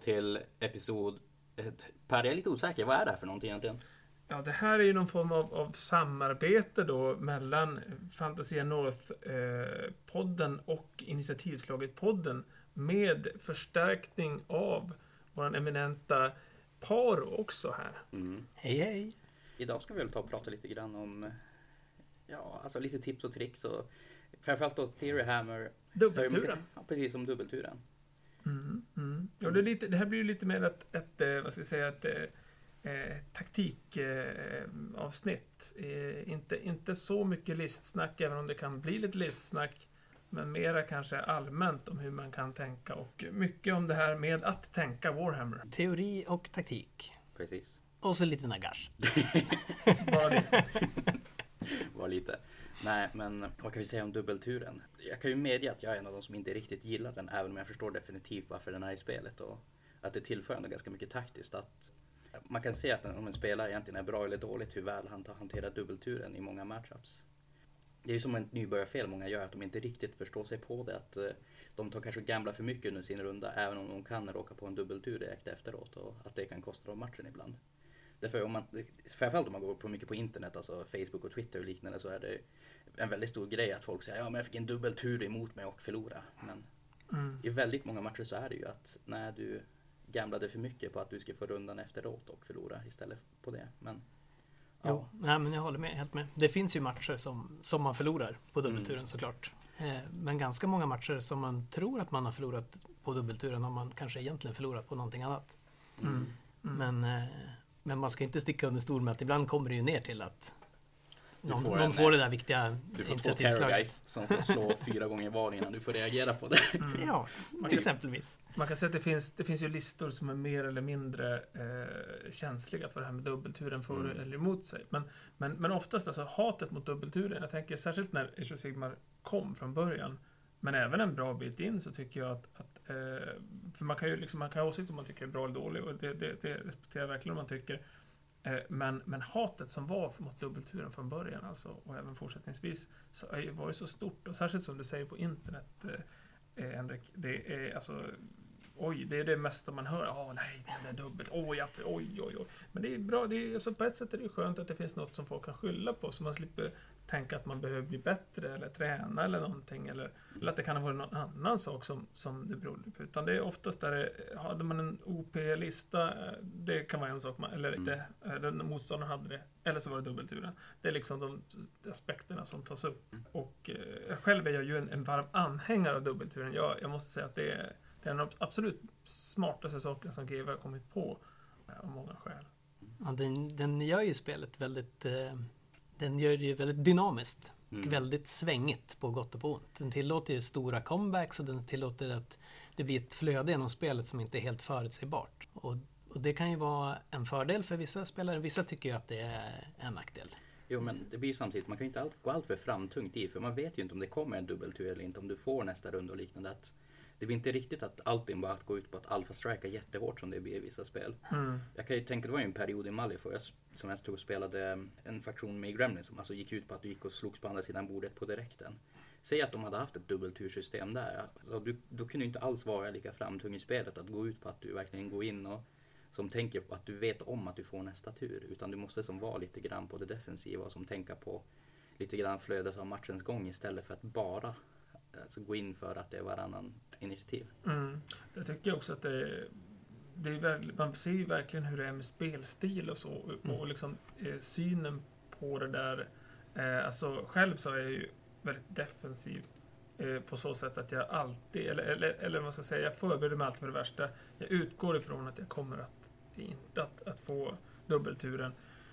till episod... Per, jag är lite osäker. Vad är det här för någonting egentligen? Ja, det här är ju någon form av samarbete då mellan Fantasia North-podden och Initiativslaget-podden med förstärkning av vår eminenta Paro också här. Hej hej! Idag ska vi väl ta och prata lite grann om alltså lite tips och tricks och framförallt då Theory Hammer. Dubbelturen. Ja, precis som dubbelturen. Ja, det här blir ju lite mer ett taktikavsnitt. Inte så mycket listsnack, även om det kan bli lite listsnack, men mera kanske allmänt om hur man kan tänka och mycket om det här med att tänka Warhammer. Teori och taktik. Precis. Och så lite nagash. Bara det. Var lite. Nej, men vad kan vi säga om dubbelturen? Jag kan ju medge att jag är en av de som inte riktigt gillar den, även om jag förstår definitivt varför den är i spelet och att det tillför ändå ganska mycket taktiskt. Att man kan se att om en spelare egentligen är bra eller dåligt, hur väl han hanterar dubbelturen i många matchups. Det är ju som en nybörjarfel många gör, att de inte riktigt förstår sig på det. Att de tar kanske gamblar för mycket under sin runda, även om de kan råka på en dubbeltur direkt efteråt, och att det kan kosta dem matchen ibland. Därför framförallt om man går på mycket på internet, alltså Facebook och Twitter och liknande, så är det en väldigt stor grej att folk säger ja, men jag fick en dubbeltur emot mig och förlora. Men i väldigt många matcher så är det ju att när du gamblade för mycket på att du ska få rundan efteråt och förlora istället på det. Men ja. Nej, men jag håller med, helt med. Det finns ju matcher som man förlorar på dubbelturen såklart. Men ganska många matcher som man tror att man har förlorat på dubbelturen har man kanske egentligen förlorat på någonting annat. Men man ska inte sticka under stol med att ibland kommer det ju ner till att någon får det där viktiga initiativslaget. Du får 2 terrorgeist som får slå 4 gånger var innan du får reagera på det. Ja, till exempelvis. Man kan säga att det finns ju listor som är mer eller mindre känsliga för det här med dubbelturen för eller emot sig. Men oftast alltså hatet mot dubbelturen, jag tänker särskilt när Age of Sigmar kom från början, men även en bra bit in, så tycker jag att för man kan ju ha åsikt om man tycker det är bra eller dåligt, och det respekterar jag verkligen om man tycker. Men hatet som var mot dubbelturen från början, alltså, och även fortsättningsvis, så var ju så stort, och särskilt som du säger på internet, Henrik, det är alltså det är det mesta man hör. Nej, det är dubbelt. Oj. Men det är bra, alltså, på ett sätt är det skönt att det finns något som folk kan skylla på, så man slipper tänka att man behöver bli bättre eller träna eller någonting, eller att det kan ha varit någon annan sak som det beror på. Utan det är oftast där hade man en OP-lista, det kan vara en sak, eller inte, den motståndaren hade det, eller så var det dubbelturen. Det är liksom de aspekterna som tas upp. Och själv är jag ju en varm anhängare av dubbelturen. Jag måste säga att det är den absolut smartaste saken som GW har kommit på av många skäl. Ja, den gör ju spelet väldigt dynamiskt och väldigt svängigt på gott och på ont. Den tillåter ju stora comebacks och den tillåter att det blir ett flöde genom spelet som inte är helt förutsägbart. Och det kan ju vara en fördel för vissa spelare. Vissa tycker ju att det är en nackdel. Jo, men det blir ju samtidigt, man kan ju inte gå allt för framtungt i, för man vet ju inte om det kommer en dubbeltur eller inte, om du får nästa runda och liknande. Att det blir inte riktigt att allting bara gå ut på att alfa-strika jättehårt som det blir i vissa spel. Jag kan ju tänka, det var ju en period i Malifaux som jag stod och spelade en faktion med Gremlins som alltså gick ut på att du gick och slogs på andra sidan bordet på direkten. Säg att de hade haft ett dubbeltursystem där. Alltså, då kunde ju inte alls vara lika framtung i spelet att gå ut på att du verkligen går in och som tänker på att du vet om att du får nästa tur. Utan du måste som vara lite grann på det defensiva och som tänka på lite grann flödet av matchens gång istället för att bara alltså gå in för att det är varannan initiativ. Jag tycker också att det är man ser ju verkligen hur det är med spelstil och så, och liksom synen på det där. Alltså själv så är jag ju väldigt defensiv på så sätt att jag alltid, eller vad ska jag säga, jag förbereder mig alltid för det värsta. Jag utgår ifrån att jag kommer att få dubbelturen.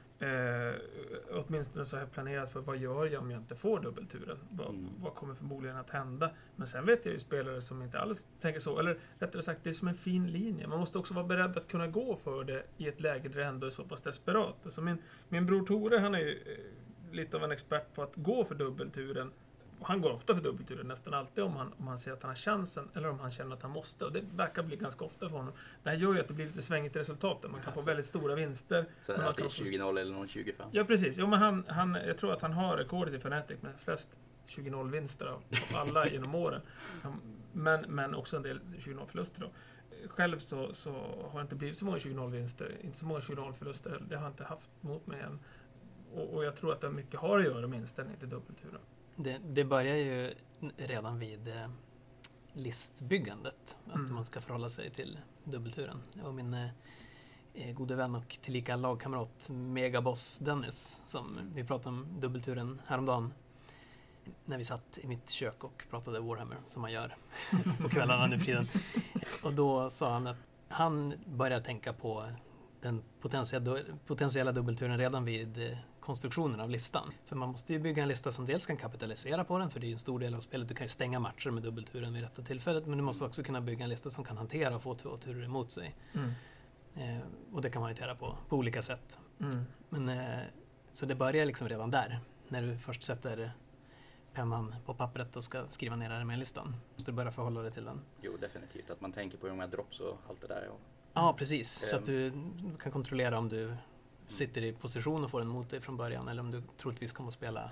Åtminstone så har jag planerat för vad gör jag om jag inte får dubbelturen. Vad kommer förmodligen att hända. Men sen vet jag ju spelare som inte alls tänker så. Eller rättare sagt, det är som en fin linje. Man måste också vara beredd att kunna gå för det i ett läge där det ändå är så pass desperat. Alltså min bror Tore, han är ju lite av en expert på att gå för dubbelturen. Och han går ofta för dubbelturen, nästan alltid om han ser att han har chansen eller om han känner att han måste. Och det verkar bli ganska ofta för honom. Det här gör ju att det blir lite svängigt resultat. Man kan få väldigt stora vinster. Så att det är 20-0 eller någon 25. Ja, precis. Jo, men jag tror att han har rekordet i Fnatic med flest 20-0 vinster av alla genom åren. Men också en del 20-0 förluster då. själv så har det inte blivit så många 20-0-vinster, inte så många 20-0-förluster. Det har jag inte haft mot mig än. Och jag tror att det mycket har att göra med inställning till dubbelturen. Det börjar ju redan vid listbyggandet, att man ska förhålla sig till dubbelturen. Och min gode vän och tillika lagkamrat Megaboss Dennis, som vi pratade om dubbelturen häromdagen, när vi satt i mitt kök och pratade Warhammer, som man gör på kvällarna nu för tiden. Och då sa han att han började tänka på den potentiella dubbelturen redan vid konstruktionen av listan. För man måste ju bygga en lista som dels kan kapitalisera på den, för det är ju en stor del av spelet. Du kan ju stänga matcher med dubbelturen vid rätta tillfället, men du måste också kunna bygga en lista som kan hantera och få 2 turer emot sig. Och det kan man hantera på olika sätt. Men, så det börjar liksom redan där, när du först sätter pennan på pappret och ska skriva ner det med listan. Måste du börja förhålla dig till den. Jo, definitivt. Att man tänker på hur många drops och allt det där. Ja, precis. Så att du kan kontrollera om du sitter i position och får den mot dig från början, eller om du troligtvis kommer att spela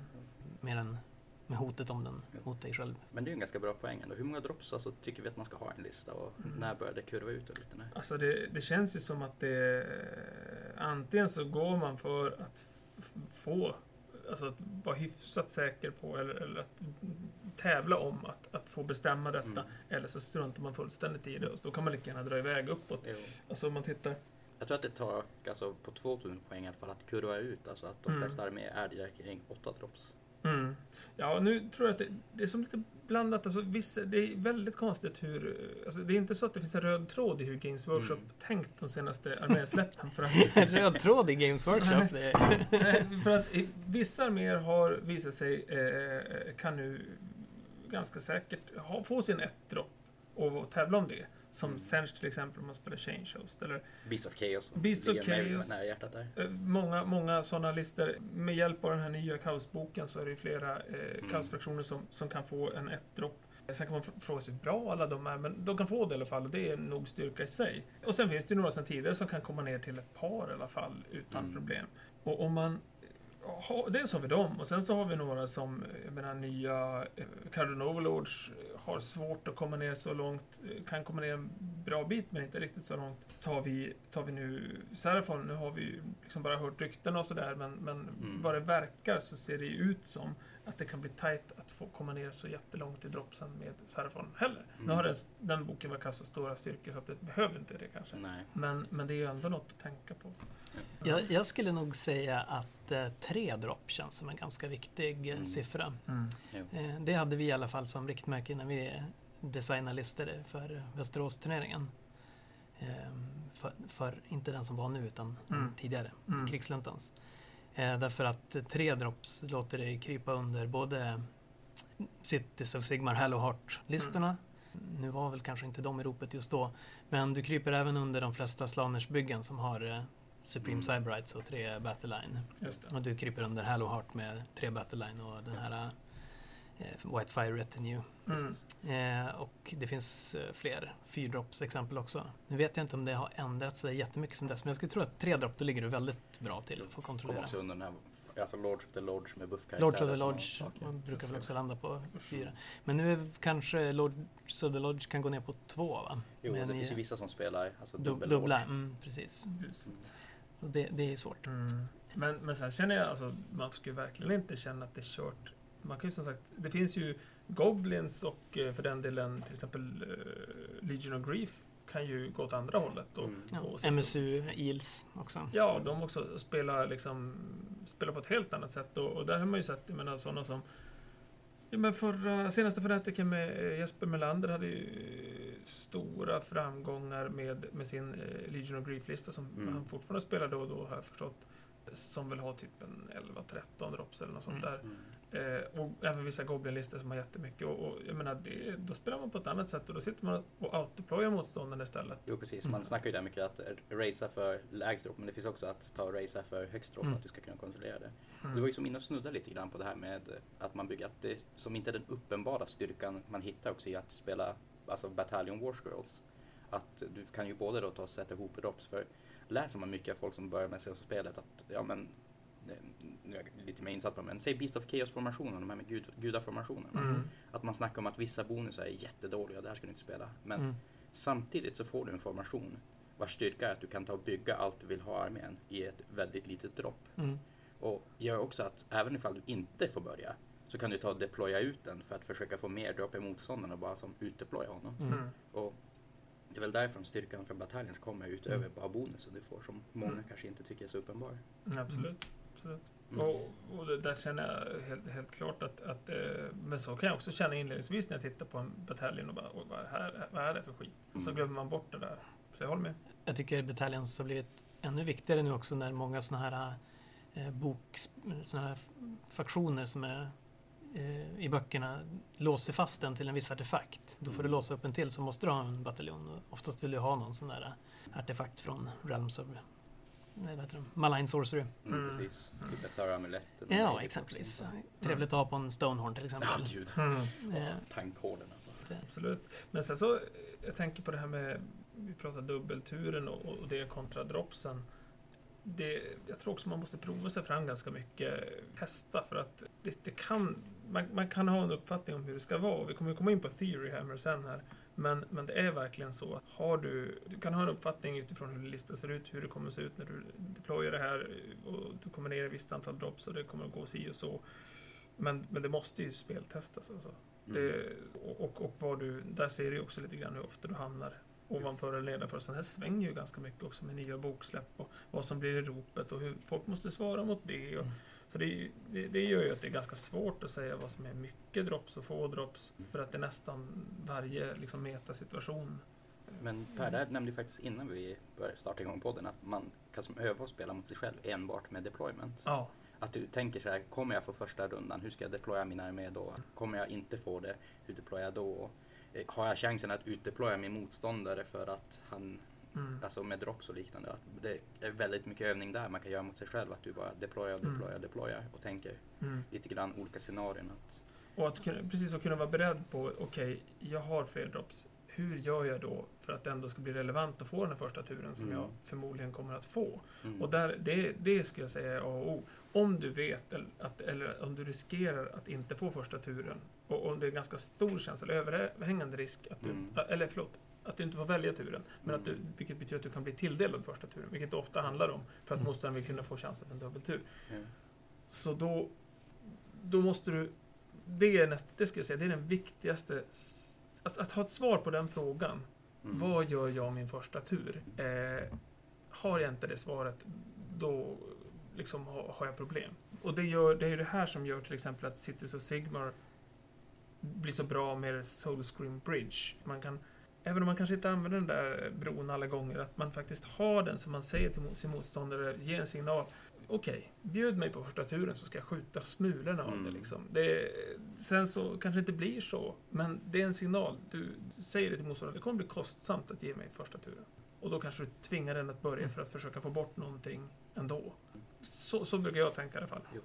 med hotet om den mot dig själv. Men det är en ganska bra poäng ändå. Hur många drops alltså, tycker vi att man ska ha en lista, och när börjar det kurva ut och lite? Alltså det känns ju som att det antingen så går man för att få, alltså att vara hyfsat säker på, eller att tävla om att få bestämma detta, eller så struntar man fullständigt i det, och då kan man lika gärna dra iväg uppåt. Alltså om man tittar. Jag tror att det tar alltså, på 2000 poäng i alla fall att kurva ut, alltså att de flesta arméer är direkt kring 8 drops. Ja, nu tror jag att det är som lite blandat. Alltså, det är väldigt konstigt hur... Alltså, det är inte så att det finns en röd tråd i hur Games Workshop tänkt de senaste armésläppen. En röd tråd i Games Workshop? För att vissa arméer har visat sig kan nu ganska säkert få sin 1-dropp och tävla om det. Som Sench till exempel, om man spelar Change Host. Eller Beast of Chaos. Beast of Chaos. Där. Många sådana listor. Med hjälp av den här nya kaosboken så är det flera kaosfraktioner som kan få en 1-dropp. Sen kan man fråga sig hur bra alla de är, men de kan få det i alla fall, och det är nog styrka i sig. Och sen finns det några sedan tidigare som kan komma ner till ett par i alla fall utan problem. Och om man dels har vi dem, och sen så har vi några som, jag menar, nya Cardon Overlords har svårt att komma ner så långt, kan komma ner en bra bit men inte riktigt så långt. Tar vi nu Seraphon, nu har vi ju liksom bara hört rykten och sådär, men vad det verkar så ser det ut som att det kan bli tajt att få komma ner så jättelångt i dropsen med Seraphon heller. Nu har den boken verkar så stora styrkor så att det behöver inte det kanske. Nej. Men det är ju ändå något att tänka på. Jag skulle nog säga att 3 dropp känns som en ganska viktig siffra. Det hade vi i alla fall som riktmärke när vi designade listor för Västerås-turneringen. För inte den som var nu, utan tidigare, Krigsluntans. Därför att 3 drops låter det krypa under både Cities of Sigmar, Hallowheart-listorna. Nu var väl kanske inte de i ropet just då, men du kryper även under de flesta Slaners-byggen som har Supreme Cyberites och 3 Battleline. Och du kryper under Hallowheart med 3 Battleline och den här Whitefire Retinue. Och det finns fler 4-drops exempel också. Nu vet jag inte om det har ändrat sig jättemycket sedan dess, men jag skulle tro att 3-dropp, då ligger du väldigt bra till att få kontrollera. Kommer också under den här, alltså Lords of the Lodge med buffkaraktär. Lords of the Lodge, man brukar väl också landa på 4. Men nu är kanske Lords of the Lodge kan gå ner på 2, va? Jo, men det finns ju vissa som spelar alltså dubbla. Precis. Så det är svårt. Men sen känner jag, alltså, man skulle verkligen inte känna att det är kört. Man kan ju som sagt, det finns ju Goblins och för den delen till exempel Legion of Grief kan ju gå åt andra hållet. Och MSU Eels också. Ja, de också spelar på ett helt annat sätt. Och där har man ju sett, jag menar, sådana som senaste fanatiken med Jesper Melander hade ju stora framgångar med sin Legion of Grief-lista som han fortfarande spelar då och då, har jag förstått. Som vill ha typ en 11-13 drops eller något sånt där. Och även vissa Goblin-listor som har jättemycket. Och jag menar, då spelar man på ett annat sätt och då sitter man och autoployar motståndaren istället. Jo, precis. Man snackar ju där mycket att racea för lägst drop, men det finns också att ta och racea för högst drop, att du ska kunna kontrollera det. Det var ju som in och snudda lite grann på det här med att man bygger, att det som inte är den uppenbara styrkan man hittar också i att spela alltså Battalion Warscrolls. Att du kan ju både då ta och sätta ihop drops, för läser man mycket av folk som börjar med sig och spelet att, ja men, nu är jag lite mer insatt på det, men säg Beast of Chaos-formationen, de här med gudaformationerna. Att man snackar om att vissa bonusar är jättedåliga, det här ska du inte spela. Men Samtidigt så får du en formation vars styrka är att du kan ta och bygga allt du vill ha i armén i ett väldigt litet dropp. Och gör också att även ifall du inte får börja så kan du ta och deploya ut den för att försöka få mer dropp i motståndaren och bara som utdeploya honom. Och det är väl därifrån styrkan för bataljen kommer utöver bara bonusen du får som många kanske inte tycker är så uppenbar. Absolut. Och där känner jag helt klart att men så kan jag också känna inledningsvis när jag tittar på en bataljon och bara, vad är det för skit? Och så glömmer man bort det där. Så jag håller med. Jag tycker Battalions har blivit ännu viktigare nu också när många såna här såna här faktioner som är i böckerna låser fast den till en viss artefakt. Då får du låsa upp en till så måste du ha en bataljon. Och oftast vill du ha någon sån där artefakt från Realms of Malign Sorcery. Precis. Typ ett amuletten. Ja, exempelvis. Trevligt att ha på en Stonehorn till exempel. Ja, gud. Tankhården alltså. Absolut. Men sen så, jag tänker på det här med, vi pratar dubbelturen och det kontra dropsen. Jag tror också man måste prova sig fram ganska mycket, testa för att det kan, man kan ha en uppfattning om hur det ska vara. Vi kommer komma in på Theory Hammer sen här. Men det är verkligen så att du kan ha en uppfattning utifrån hur listan ser ut, hur det kommer att se ut när du deployar det här och du kommer ner i ett visst antal drops och det kommer att gå si och så. Men det måste ju speltestas alltså. Och där ser du också lite grann hur ofta du hamnar ovanför eller nedanför. Så här svänger ju ganska mycket också med nya boksläpp och vad som blir i ropet och hur folk måste svara mot det. Så det gör ju att det är ganska svårt att säga vad som är mycket drops och få drops för att det är nästan varje liksom metasituation. Men Per, där nämnde ju faktiskt innan vi började starta igång podden att man kan som öva och spela mot sig själv enbart med deployment. Ja. Att du tänker så här, kommer jag få första rundan? Hur ska jag deploya min armé då? Kommer jag inte få det? Hur deployar jag då? Har jag chansen att utdeploya min motståndare för att han, alltså med drops och liknande, att det är väldigt mycket övning där man kan göra mot sig själv, att du bara deployar och tänker lite grann olika scenarion. Och att precis kunna vara beredd på, okej, jag har fler drops. Hur gör jag då för att det ändå ska bli relevant att få den här första turen som jag förmodligen kommer att få? Och det skulle jag säga är A och O. Om du vet eller om du riskerar att inte få första turen och om det är ganska stor chans eller överhängande risk att att du inte får välja turen, men att vilket betyder att du kan bli tilldelad första turen, vilket det ofta handlar om för att motståndaren vill kunna få chansen för en dubbeltur. Så då måste du, det ska jag säga, det är den viktigaste, att ha ett svar på den frågan. Vad gör jag min första tur? Har jag inte det svaret, då liksom har jag problem. Och det är det här som gör till exempel att Cities of Sigmar blir så bra med Soulscream Bridge. Även om man kanske inte använder den där bron alla gånger, att man faktiskt har den som man säger till sin motståndare, ger en signal. Okej, bjud mig på första turen så ska jag skjuta smulorna av det liksom. Sen så kanske det inte blir så, men det är en signal. Du säger det till motståndaren, det kommer bli kostsamt att ge mig första turen. Och då kanske du tvingar den att börja för att försöka få bort någonting ändå. Så brukar jag tänka i alla fall. Jo.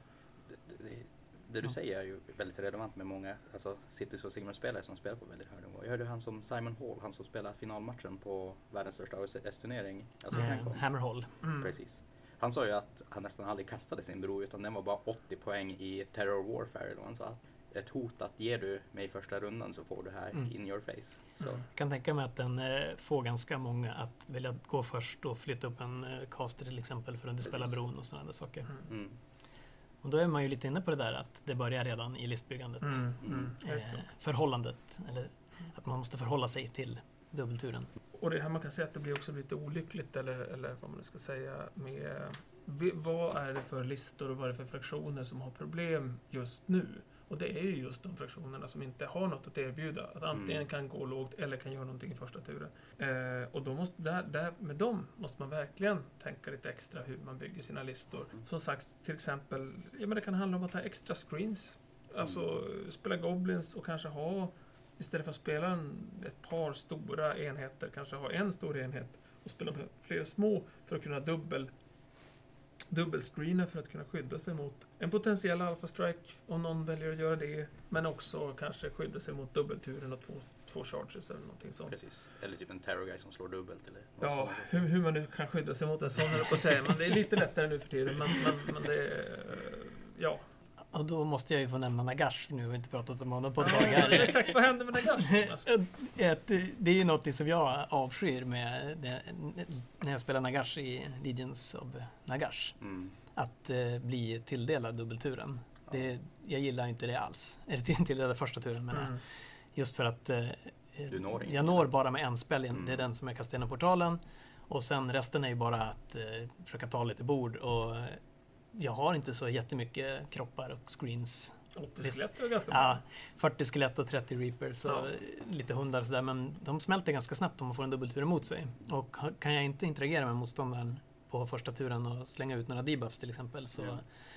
Det du säger är ju väldigt relevant med många Cities och Sigmar-spelare som spelar på väldigt hög nivå. Jag hörde han som Simon Hall, han som spelar finalmatchen på världens största OS-turnering. Hammer Hall. Precis. Han sa ju att han nästan aldrig kastade sin bro, utan den var bara 80 poäng i Terror Warfare. Eller vad han sa. Ett hot att ger du mig första rundan så får du här in your face. Så. Jag kan tänka mig att den får ganska många att vilja gå först och flytta upp en caster till exempel för att dispella bron och sådana saker. Och då är man ju lite inne på det där att det börjar redan i listbyggandet. Förhållandet, eller att man måste förhålla sig till dubbelturen. Och det här man kan säga att det blir också lite olyckligt eller vad man ska säga med vad är det för listor och vad är det för fraktioner som har problem just nu? Och det är ju just de fraktionerna som inte har något att erbjuda. Att antingen kan gå lågt eller kan göra någonting i första turen. Och då måste, med dem måste man verkligen tänka lite extra hur man bygger sina listor. Som sagt, till exempel, det kan handla om att ha extra screens. Alltså spela goblins och kanske ha, istället för att spela ett par stora enheter, kanske ha en stor enhet och spela med flera små för att kunna dubbelscreena för att kunna skydda sig mot en potentiell alpha strike om någon väljer att göra det, men också kanske skydda sig mot dubbelturen och två charges eller någonting sånt. Precis. Eller typ en terror guy som slår dubbelt eller ja, hur man nu kan skydda sig mot en sån, eller på att säga, men det är lite lättare nu för tiden, men det är, ja. Och då måste jag ju få nämna Nagash, nu har vi inte pratat om honom på ett tag här. Exakt, vad händer med Nagash? Det är ju något som jag avskyr med när jag spelar Nagash i Legions of Nagash. Att bli tilldelad dubbelturen. Jag gillar inte det alls. Eller tilldelad första turen, men just för att jag når bara med en spel. Det är den som jag kastar in i portalen. Och sen resten är ju bara att försöka ta lite bord. Och jag har inte så jättemycket kroppar och screens. 80 skelett är ganska bra. bra. 40 skelett och 30 reapers och lite hundar och sådär. Men de smälter ganska snabbt om man får en dubbeltur emot sig. Och kan jag inte interagera med motståndaren på första turen och slänga ut några debuffs till exempel, så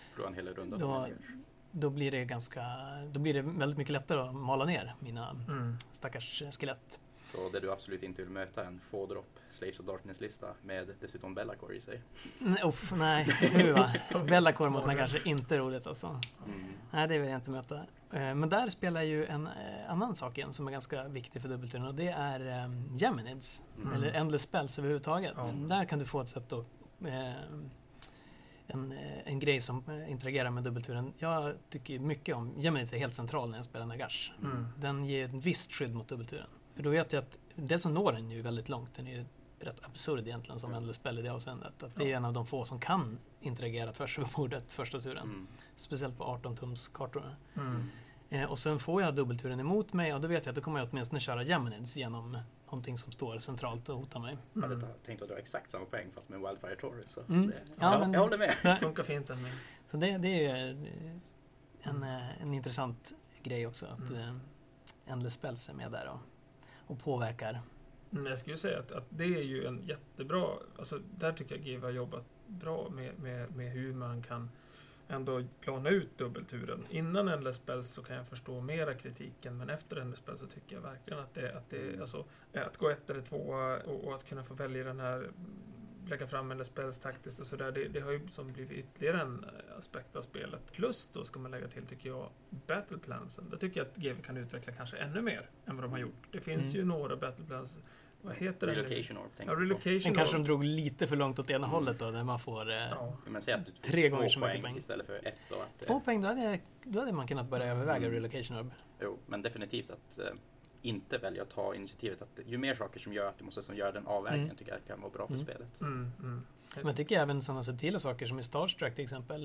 då blir det väldigt mycket lättare att mala ner mina stackars skelett. Så det du absolut inte vill möta en få-drop Slaves of Darkness-lista med dessutom Be'lakor i sig? Nej, Be'lakor mot mig kanske inte roligt alltså. Nej, det vill jag inte möta. Men där spelar ju en annan sak igen som är ganska viktig för dubbelturen, och det är Geminids, eller Endless Spells överhuvudtaget. Där kan du få ett sätt att en grej som interagerar med dubbelturen. Jag tycker mycket om Geminids, är helt central när jag spelar Nagash. Den ger ett visst skydd mot dubbelturen. För då vet jag att det som når den ju väldigt långt, den är ju rätt absurd egentligen som Endless Spell i det avseendet. Att det är en av de få som kan interagera tvärs över bordet första turen. Speciellt på 18-tums kartorna. Och sen får jag dubbelturen emot mig, och då vet jag att då kommer jag åtminstone köra Geminids genom någonting som står centralt och hotar mig. Jag hade tänkt att du har exakt samma poäng fast med Wildfire Taurus. Så jag håller med. Det funkar fint. Så det är ju en intressant grej också, att Endless Spells är med där och påverkar. Jag skulle säga att det är ju en jättebra, alltså där tycker jag GW har jobbat bra med hur man kan ändå plana ut dubbelturen. Innan Endless Spells så kan jag förstå mera kritiken, men efter Endless Spells så tycker jag verkligen att det alltså, att gå 1 eller 2 och att kunna få välja den här, lägga fram Endless Spells taktiskt och sådär, det har ju som blivit ytterligare en aspekt av spelet. Plus då ska man lägga till, tycker jag, battleplansen. Det tycker jag att GW kan utveckla kanske ännu mer än vad de har gjort. Det finns ju några battleplans. Vad heter det? Relocation Orb. Den kanske de drog lite för långt åt ena hållet då, när man får men säg att du 3 gånger så mycket poäng istället för 1 då. 2 poäng, då hade man kunnat börja överväga Relocation Orb. Jo, men definitivt att inte välja att ta initiativet. Att ju mer saker som gör att du måste göra den avvägningen tycker jag kan vara bra för spelet. Men jag tycker även sådana subtila saker som i Starstruck till exempel.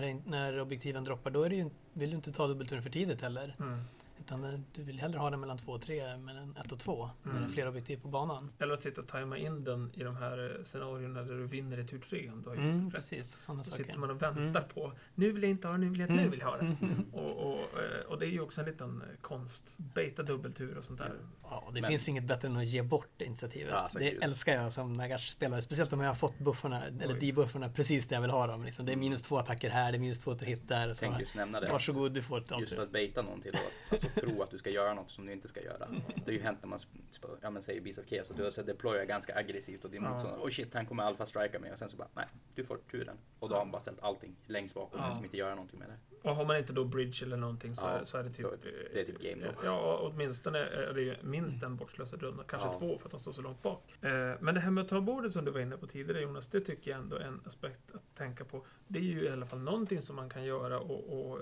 När objektiven droppar, då vill du inte ta dubbelturen för tidigt heller. Utan du vill hellre ha den mellan 2 och 3, mellan 1 och 2, när det är fler objektiv på banan. Eller att sitta och tajma in den i de här scenarierna där du vinner i tur 3. Om du har precis, sådana så saker. sitter man och väntar på, nu vill jag inte ha, nu vill jag ha det. Och det är ju också en liten konst. Beta dubbeltur och sånt där. Ja, det finns inget bättre än att ge bort initiativet. Ja, det älskar jag som Nagash-spelare. Speciellt om jag har fått buffarna, eller debuffarna precis där jag vill ha dem. Liksom. Det är -2 attacker här, det är -2 att hitta där. Tänk just nämna det. Varsågod, du får ett just att beta någon till att alltså, tro att du ska göra något som du inte ska göra. Det har ju hänt när man säger Beast of Chaos, så du har deployar ganska aggressivt och din motståndare, oh shit, han kommer alfa strika mig, och sen så bara, nej, du får turen. Och då har man bara ställt allting längst bakom men som inte gör någonting med det. Och har man inte då bridge eller någonting så är det typ... Det är typ game då. Ja, åtminstone är det ju minst en bortslösad runda, kanske 2 för att de står så långt bak. Men det här med att ta bordet som du var inne på tidigare, Jonas, det tycker jag ändå är en aspekt att tänka på. Det är ju i alla fall någonting som man kan göra och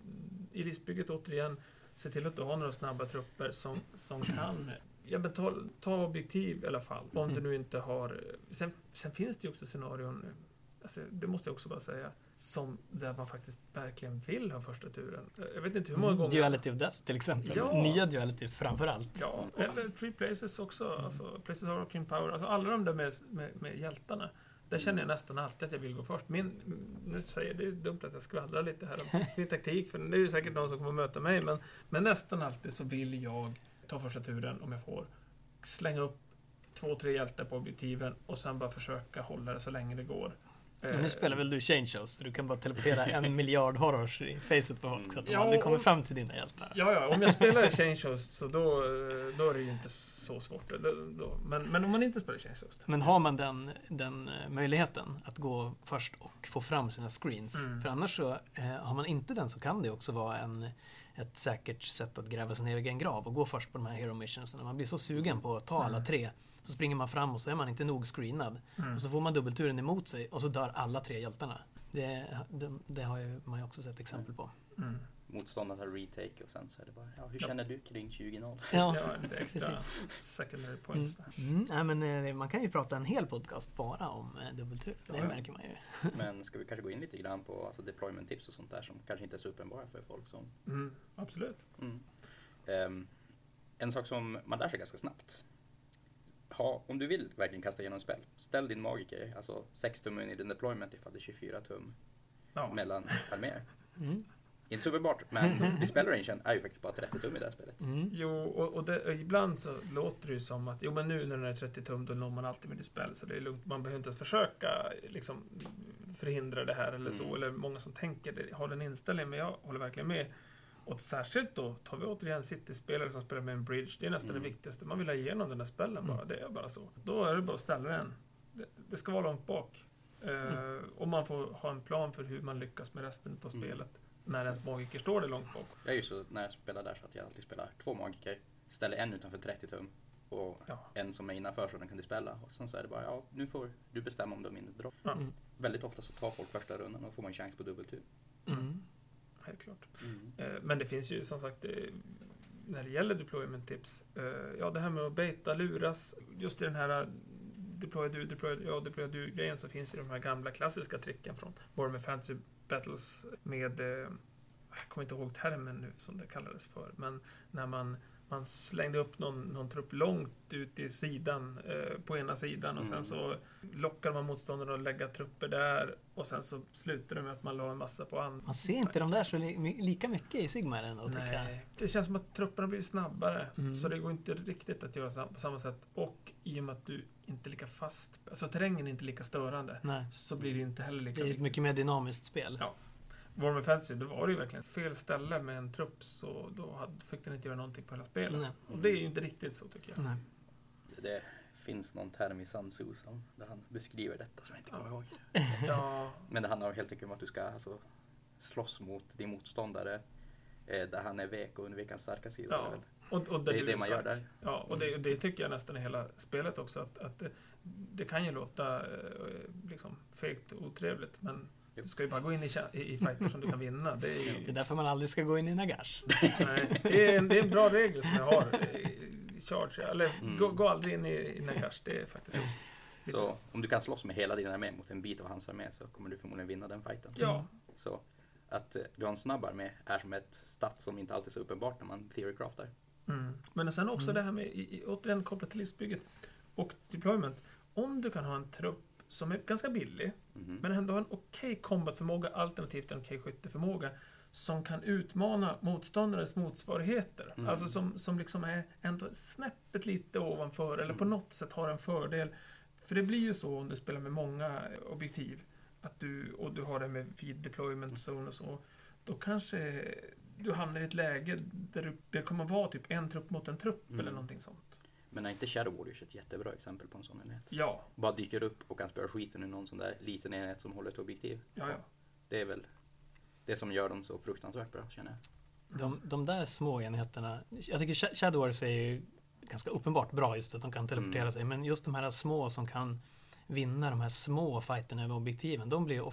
i listbygget återigen se till att du har några snabba trupper som kan ta objektiv i alla fall. Om du nu inte har... Sen finns det ju också scenarion, alltså, det måste jag också bara säga, som där man faktiskt verkligen vill ha första turen. Jag vet inte hur många gånger... Duality of Death till exempel. Nya Duality framförallt. Ja, eller 3 Places också. Alltså, Places of Arcane Power. Alltså alla de där med hjältarna. Där känner jag nästan alltid att jag vill gå först. Nu säger det är dumt att jag skvallrar lite här om min taktik, för det är ju säkert någon som kommer möta mig, men nästan alltid så vill jag ta första turen om jag får. Slänga upp 2-3 hjältar på objektiven och sen bara försöka hålla det så länge det går. Nu spelar väl du Change Shows, så du kan bara teleportera 1 miljard horrors i facet på folk så att de aldrig kommer fram till dina hjältar. Ja, om jag spelar Change Shows så då är det ju inte så svårt. Men om man inte spelar Change Shows. Men har man den möjligheten att gå först och få fram sina screens, för annars så har man inte den, så kan det också vara ett säkert sätt att gräva sin egen grav och gå först på de här hero missions. När man blir så sugen på att ta alla 3, så springer man fram och så är man inte nog screenad. Och så får man dubbelturen emot sig och så dör alla 3 hjältarna. Det har ju man ju också sett exempel på. Mm. Motståndaren har retake och sen så är det bara, hur känner du kring 20-0? Ja, lite extra secondary points där. Nej, men man kan ju prata en hel podcast bara om dubbeltur. Det märker man ju. Men ska vi kanske gå in lite grann på deployment tips och sånt där som kanske inte är så uppenbara för folk som... Absolut. En sak som man lär sig ganska snabbt. Om du vill verkligen kasta igenom spel, ställ din magiker, 6 tum in i din deployment ifall det är 24 tum mellan arméer. Inte så uppenbart, men dispel-rangen är ju faktiskt bara 30 tum i det här spelet. Jo, och ibland så låter det ju som att men nu när den är 30 tum då når man alltid med dispel, så det är lugnt. Man behöver inte ens försöka liksom förhindra det här eller så, eller många som tänker det, har den inställningen, men jag håller verkligen med. Och särskilt då tar vi återigen City-spelare som spelar med en bridge. Det är nästan det viktigaste. Man vill ha igenom den där spellen bara. Det är bara så. Då är det bara att ställa den. Det ska vara långt bak. Och man får ha en plan för hur man lyckas med resten av spelet. När ens magiker står det långt bak. Jag är ju så när jag spelar där så att jag alltid spelar 2 magiker. Ställer en utanför 30 tum. Och en som är innanför så den kan dispella. Och sen så är det bara, nu får du bestämma om du vinner drop. Väldigt ofta så tar folk första rundan och får man en chans på dubbeltur. Helt klart. Men det finns ju som sagt när det gäller deployment tips, det här med att baita, luras, just i den här deploy du grejen, så finns ju de här gamla klassiska tricken från Warhammer Fantasy Battles med jag kommer inte ihåg termen nu som det kallades för, men när man slängde upp någon trupp långt ut i sidan, på ena sidan, och sen så lockar man motståndarna att lägga trupper där, och sen så slutar det med att man la en massa på andra. Man ser inte de där så lika mycket i Sigmar ändå, tycker jag. Det känns som att trupperna blir snabbare, så det går inte riktigt att göra på samma sätt, och i och med att du inte är lika fast, alltså terrängen är inte lika störande, så blir det inte heller lika viktigt. Det är ett mycket mer dynamiskt spel. Ja. Warhammer Fantasy, då var det ju verkligen fel ställe med en trupp, så då fick den inte göra någonting på hela spelet. Och det är ju inte riktigt så, tycker jag. Det finns någon term i Sun Tzu där han beskriver detta som jag inte kommer ihåg. Men det handlar helt enkelt om att du ska slåss mot din motståndare där han är vek och undvika hans starka sida. Och det är det man gör där. Ja, och det tycker jag nästan i hela spelet också, att det kan ju låta liksom fegt och otrevligt, men du ska ju bara gå in i fighter som du kan vinna. Det är därför man aldrig ska gå in i Nagash. Nej, det är en bra regel som jag har i Charge. Eller gå aldrig in i Nagash. Det är faktiskt så om du kan slåss med hela din armé mot en bit av hans armé, så kommer du förmodligen vinna den fighten. Ja. Så att du har en snabb armé är som ett stat som inte alltid är så uppenbart när man theorycraftar. Men sen också det här med återigen kopplat till listbygget och deployment. Om du kan ha en trupp som är ganska billig, men ändå har en okej combat-förmåga alternativt en okej skytteförmåga som kan utmana motståndarens motsvarigheter. Alltså som liksom är ändå snäppet lite ovanför, eller på något sätt har en fördel. För det blir ju så om du spelar med många objektiv, att du har det med feed deployment zone och så, då kanske du hamnar i ett läge där det kommer vara typ en trupp mot en trupp eller någonting sånt. Men är inte Shadow Warriors ett jättebra exempel på en sån enhet? Ja. Bara dyker upp och kan spöra skiten ur någon sån där liten enhet som håller ett objektiv. Ja. Det är väl det som gör dem så fruktansvärt bra, känner jag. De där små enheterna, jag tycker Shadow Warriors är ju ganska uppenbart bra, just att de kan teleportera sig, men just de här små som kan vinna de här små fighterna över objektiven,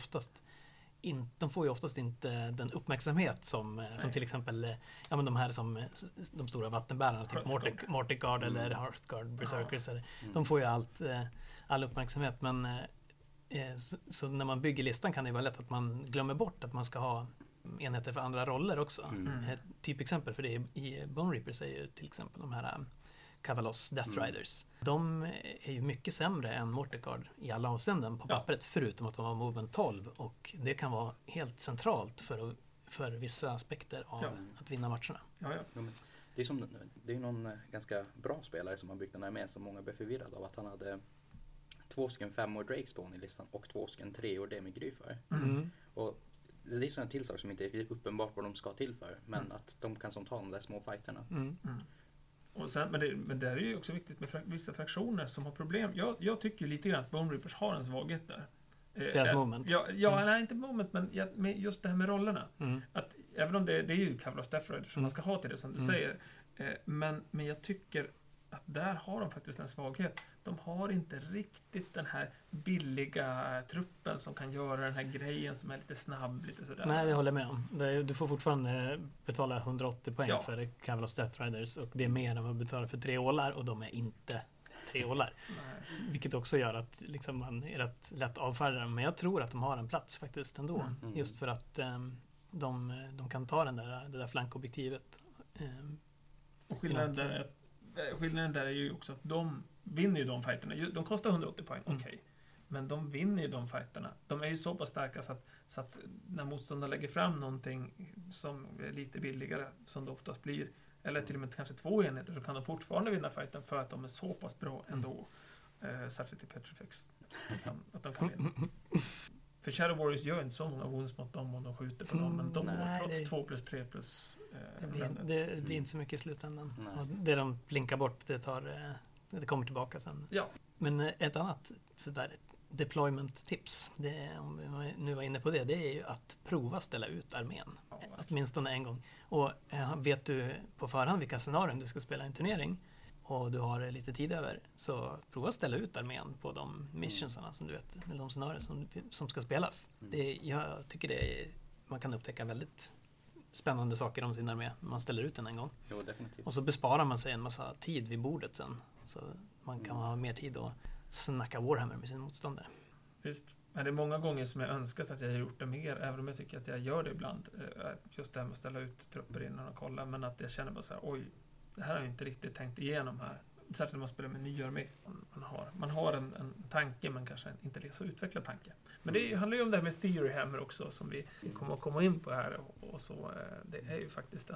de får ju oftast inte den uppmärksamhet som till exempel de här som de stora vattenbärarna, typ Mortigard eller Hearthguard, Berserkers. De får ju all uppmärksamhet, men så när man bygger listan kan det vara lätt att man glömmer bort att man ska ha enheter för andra roller också. Ett typexempel för det i Bone Reapers är ju till exempel de här Kavalos Death Riders. De är ju mycket sämre än Mortigard i alla avseenden på pappret, förutom att de har movement 12, och det kan vara helt centralt för vissa aspekter av att vinna matcherna. Det är någon ganska bra spelare som har byggt den här med, som många blev förvirrade av att han hade 2 5-år Drakespawn i listan och 2 3-år Demigryfar. Och det är sådana tillslag som inte är uppenbart vad de ska till för, men att de kan som ta de där små fighterna. Och sen, men det är ju också viktigt med vissa fraktioner som har problem. Jag tycker lite grann att Bone Reapers har en svaghet där. Deras moment. Nej, inte moment, men med just det här med rollerna. Att, även om det är ju Kavalos Death Riders som man ska ha till det, som du säger. Men jag tycker att där har de faktiskt en svaghet. De har inte riktigt den här billiga truppen som kan göra den här grejen som är lite snabb, lite sådär. Nej, det håller jag med om. Du får fortfarande betala 180 poäng Ja. för Cavallos Death Riders och det är mer än vad man betalar för 3 ålar och de är inte 3 ålar. Nej. Vilket också gör att liksom, man är rätt lätt avfärdar dem. Men jag tror att de har en plats faktiskt ändå. Mm. Just för att de kan ta det där flankobjektivet. Och skillnaden där är ju också att de vinner ju de fighterna. De kostar 180 poäng, okej. Men de vinner ju de fighterna. De är ju så pass starka så att när motståndaren lägger fram någonting som är lite billigare, som det oftast blir, eller till och med kanske 2 enheter, så kan de fortfarande vinna fighten för att de är så pass bra ändå. Särskilt i Petrifex. Att de kan vinna. För Shadow Warriors gör inte så många wounds mot dem om de skjuter på dem, men de går trots 2 plus 3 plus... Det blir inte så mycket i slutändan. Nej. Och det de blinkar bort, det kommer tillbaka sen. Ja. Men ett annat sådär deployment-tips, om vi nu var inne på det är ju att prova ställa ut armén. Åtminstone en gång. Och vet du på förhand vilka scenarion du ska spela i en turnering och du har lite tid över, så prova att ställa ut armén på de missionsarna som du vet, eller de scenarion som ska spelas. Jag tycker man kan upptäcka väldigt spännande saker om sin armé. Man ställer ut den en gång. Jo, definitivt. Och så besparar man sig en massa tid vid bordet sen. Så man kan ha mer tid att snacka Warhammer med sin motståndare. Visst. Men det är många gånger som jag önskat att jag har gjort det mer, även om jag tycker att jag gör det ibland. Just det här med att ställa ut trupper innan och kolla. Men att jag känner bara så här, oj, det här har jag inte riktigt tänkt igenom här. Särskilt när man spelar med ny armé. Man har en tanke, men kanske inte så utvecklad tanke. Men det handlar ju om det här med Theory Hammer också, som vi kommer att komma in på här. Och så, det är ju faktiskt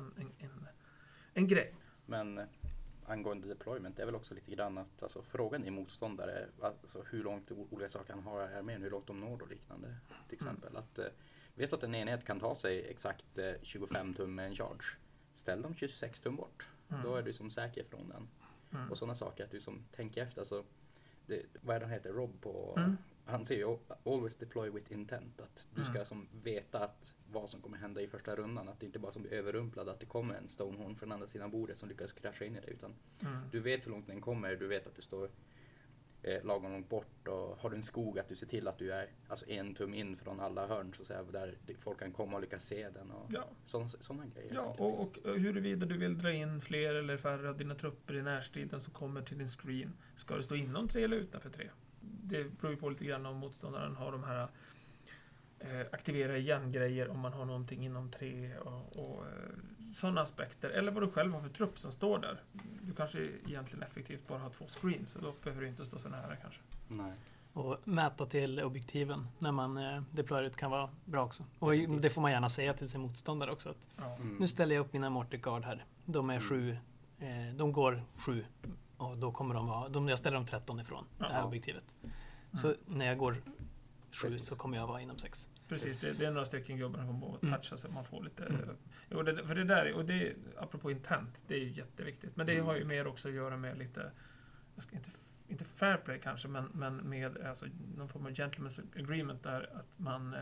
en grej. Men angående deployment, det är väl också lite grann att alltså, frågan i motståndare, alltså hur långt olika saker han har i armén, hur långt de når och liknande. Till exempel att vet att en enhet kan ta sig exakt 25 tum med en charge. Ställ dem 26 tum bort. Då är du som säker från den. Och sådana saker att du som tänker efter. Alltså, vad är det han heter? Rob på... Han säger ju always deploy with intent. Att du ska som veta att vad som kommer hända i första rundan. Att det inte bara som blir överrumplad att det kommer en Stonehorn från andra sidan bordet som lyckas krascha in i det. Utan du vet hur långt den kommer. Du vet att du står lagom långt bort. Och har du en skog att du ser till att du är alltså 1 tum in från alla hörn. Så att säga, där folk kan komma och lyckas se den. Och sådana grejer. Ja, och huruvida du vill dra in fler eller färre av dina trupper i närstriden som kommer till din screen. Ska det stå inom 3 eller utanför 3? Det beror ju på lite grann om motståndaren har de här aktivera igen-grejer, om man har någonting inom 3 och sådana aspekter. Eller vad du själv har för trupp som står där. Du kanske egentligen effektivt bara har 2 screens, så då behöver du inte stå så nära kanske. Nej. Och mäta till objektiven när man deployar ut kan vara bra också. Och det får man gärna säga till sin motståndare också. Att nu ställer jag upp mina Morticard här. De är 7. De går 7. Och då kommer de vara... Jag ställer dem 13 ifrån det här objektivet. Så när jag går 7 så kommer jag vara inom 6. Precis, det är några stycken gubbar som kommer att toucha så man får lite... För det där, och det apropå intent, det är ju jätteviktigt. Men det har ju mer också att göra med lite... Jag ska inte fair play kanske, men med alltså, någon form av gentleman's agreement där att man...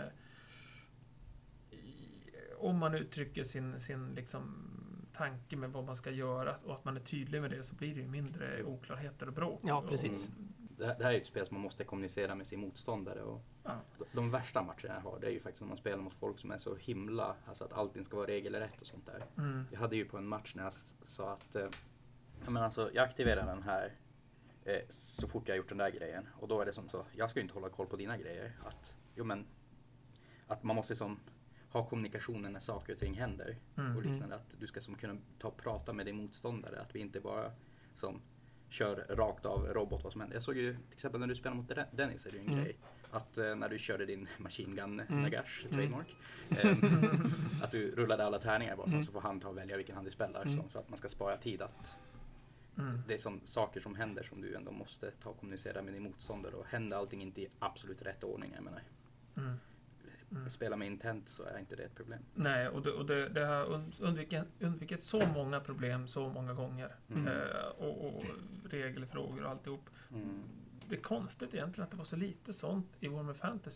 om man uttrycker sin liksom tanke med vad man ska göra och att man är tydlig med det, så blir det ju mindre oklarheter och bråk. Ja, precis. Det här är ju ett spel som man måste kommunicera med sin motståndare. Och de värsta matcherna jag har, det är ju faktiskt när man spelar mot folk som är så himla, alltså att allting ska vara regelrätt och sånt där. Jag hade ju på en match när jag sa att jag aktiverar den här så fort jag gjort den där grejen. Och då är det som så, jag ska ju inte hålla koll på dina grejer. Att man måste som ha kommunikationen när saker och ting händer och liknande. Att du ska som kunna prata med din motståndare. Att vi inte bara som kör rakt av robot vad som händer. Jag såg ju till exempel när du spelar mot Dennis är det ju en grej. Att när du körde din Machine Gun Nagash trademark. Att du rullade alla tärningar bara så får han ta och välja vilken hand du spelar. Så att man ska spara tid. Att det är som saker som händer som du ändå måste ta och kommunicera med din motståndare. Och händer allting inte i absolut rätt ordning. Jag menar. Spela med intent så är inte det ett problem. Nej, och det har undvikit så många problem så många gånger. Och regelfrågor och alltihop. Det är konstigt egentligen att det var så lite sånt i Warhammer Fantasy.